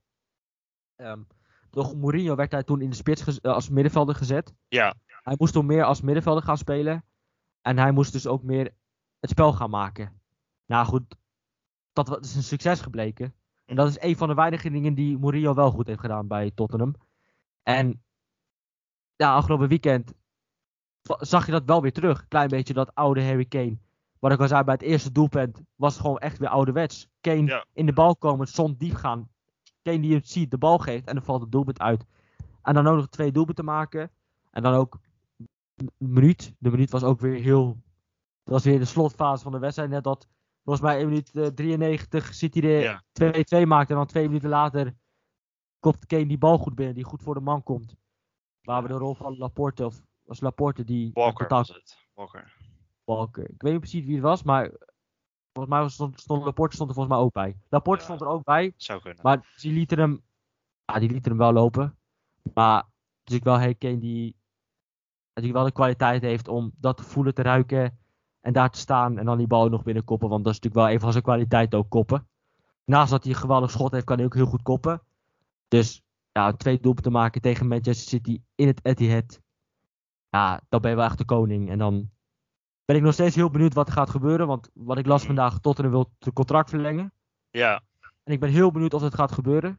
Mourinho werd hij toen in de spits als middenvelder gezet. Ja. Hij moest toen meer als middenvelder gaan spelen. En hij moest dus ook meer het spel gaan maken. Nou goed, dat is een succes gebleken. En dat is een van de weinige dingen die Mourinho wel goed heeft gedaan bij Tottenham. En ja, afgelopen weekend zag je dat wel weer terug. Klein beetje dat oude Harry Kane. Wat ik al zei bij het eerste doelpunt, was het gewoon echt weer ouderwets. Kane in de bal komen, Son diep gaan. Kane die het ziet, de bal geeft en dan valt het doelpunt uit. En dan ook nog 2 doelpunten maken. En dan ook de minuut was ook weer heel... Dat was weer de slotfase van de wedstrijd. Net dat, volgens mij in minuut 93 City de 2-2 maakt. En dan 2 minuten later kopt Kane die bal goed binnen. Die goed voor de man komt. Waar we de rol van Laporte, of was Laporte die... Walker was het. Walker. Ik weet niet precies wie het was, maar volgens mij stond Laporte er volgens mij ook bij. Laporte stond er ook bij. Zou kunnen. Maar die lieten hem wel lopen. Maar natuurlijk wel Harry Kane die natuurlijk wel de kwaliteit heeft om dat te voelen, te ruiken en daar te staan en dan die bal nog binnen koppen. Want dat is natuurlijk wel een van zijn kwaliteiten, ook koppen. Naast dat hij een geweldig schot heeft, kan hij ook heel goed koppen. Dus ja, 2 doelpunten maken tegen Manchester City in het Etihad. Ja, dan ben je wel echt de koning. En dan ben ik nog steeds heel benieuwd wat er gaat gebeuren. Want wat ik las vandaag, Tottenham wil het contract verlengen. Ja. En ik ben heel benieuwd of het gaat gebeuren.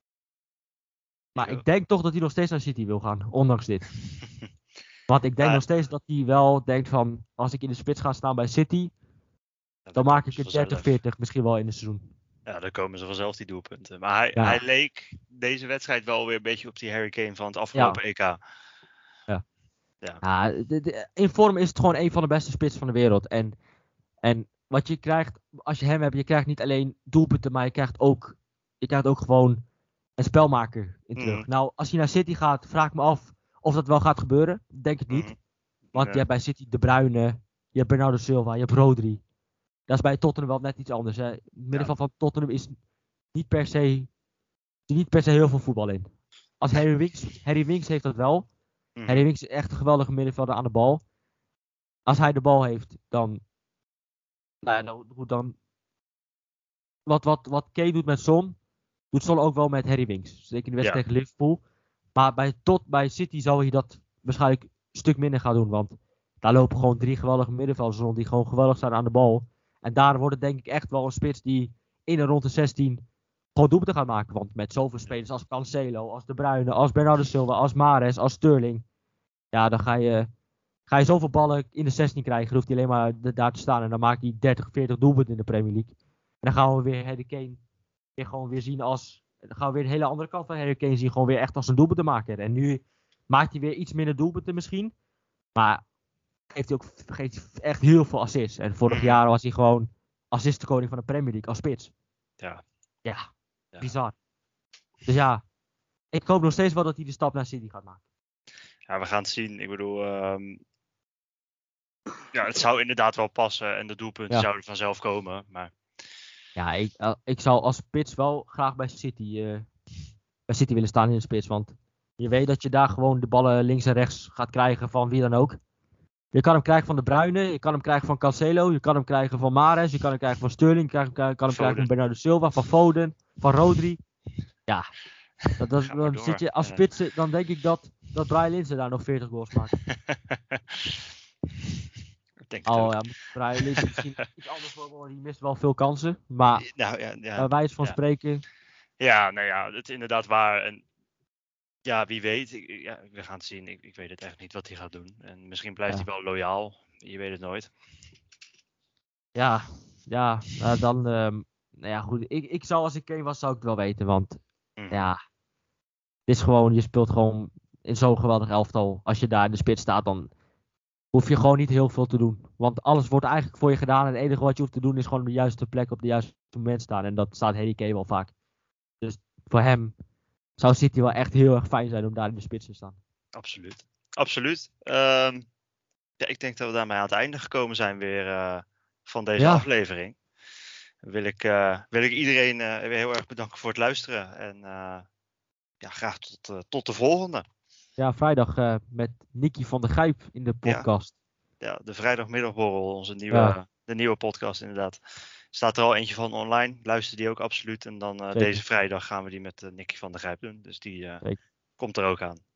Maar ik denk toch dat hij nog steeds naar City wil gaan, ondanks dit. Want ik denk nog steeds dat hij wel denkt van, als ik in de spits ga staan bij City, dan maak ik het 30, 40 misschien wel in het seizoen. Ja, dan komen ze vanzelf die doelpunten. Maar hij leek deze wedstrijd wel weer een beetje op die Harry Kane van het afgelopen EK. Ja, in vorm is het gewoon een van de beste spitsen van de wereld. En wat je krijgt, als je hem hebt, je krijgt niet alleen doelpunten, maar je krijgt ook gewoon een spelmaker in terug. Nou, als hij naar City gaat, vraag ik me af of dat wel gaat gebeuren. Denk het niet. Want je hebt bij City De Bruyne, je hebt Bernardo Silva, je hebt Rodri. Dat is bij Tottenham wel net iets anders. Hè. Het middenveld van Tottenham is niet per se heel veel voetbal in. Als Harry Winks heeft dat wel. Harry Winks is echt een geweldige middenvelder aan de bal. Als hij de bal heeft, dan... Nou ja, dan wat Kane doet met Son, doet Son ook wel met Harry Winks. Zeker in de wedstrijd tegen Liverpool. Maar bij City zou hij dat waarschijnlijk een stuk minder gaan doen. Want daar lopen gewoon 3 geweldige middenvelders rond die gewoon geweldig zijn aan de bal. En daar wordt het denk ik echt wel een spits die in en rond de 16 gewoon doelpunten gaat maken. Want met zoveel spelers als Cancelo, als De Bruyne, als Bernardo Silva, als Mahrez, als Sterling. Ja, dan ga je zoveel ballen in de 16 krijgen. Dan hoeft hij alleen maar daar te staan. En dan maakt hij 30, 40 doelpunten in de Premier League. En dan gaan we weer Harry Kane gewoon weer zien als... Dan gaan we weer de hele andere kant van Harry Kane zien. Gewoon weer echt als een doelpuntenmaker. En nu maakt hij weer iets minder doelpunten misschien. Maar geeft hij echt heel veel assists. En vorig jaar was hij gewoon assistenkoning van de Premier League als spits. Ja, bizar. Dus ja, ik hoop nog steeds wel dat hij de stap naar City gaat maken. Ja, we gaan het zien. Ik bedoel, het zou inderdaad wel passen en de doelpunten zouden vanzelf komen. Maar... Ja, ik zou als spits wel graag bij City willen staan in de spits. Want je weet dat je daar gewoon de ballen links en rechts gaat krijgen van wie dan ook. Je kan hem krijgen van De Bruyne, je kan hem krijgen van Cancelo, je kan hem krijgen van Mahrez, je kan hem krijgen van Sterling, je kan hem krijgen van Bernardo Silva, van Foden, van Rodri. Ja, dan zit je als spits, dan denk ik dat Brian Linsen daar nog 40 goals maakt. Brian Linsen misschien iets anders voor, die mist wel veel kansen. Maar bij wijze van spreken... Ja, nou ja, het is inderdaad waar. En ja, wie weet. We gaan het zien. Ik weet het echt niet wat hij gaat doen. En misschien blijft hij wel loyaal. Je weet het nooit. Goed. Ik zou, als ik Kane was, zou ik het wel weten. Want het is gewoon, je speelt gewoon in zo'n geweldig elftal. Als je daar in de spits staat, dan hoef je gewoon niet heel veel te doen. Want alles wordt eigenlijk voor je gedaan. En het enige wat je hoeft te doen is gewoon op de juiste plek op de juiste moment staan. En dat staat Harry Kane wel vaak. Dus voor hem zou City wel echt heel erg fijn zijn om daar in de spits te staan. Absoluut. Ik denk dat we daarmee aan het einde gekomen zijn weer van deze aflevering. Wil ik iedereen weer heel erg bedanken voor het luisteren. En graag tot de volgende. Ja, vrijdag met Nicky van der Gijp in de podcast. Ja, de vrijdagmiddagborrel, onze de nieuwe podcast inderdaad. Staat er al eentje van online. Luister die ook absoluut. En dan deze vrijdag gaan we die met Nicky van der Gijp doen. Dus die komt er ook aan.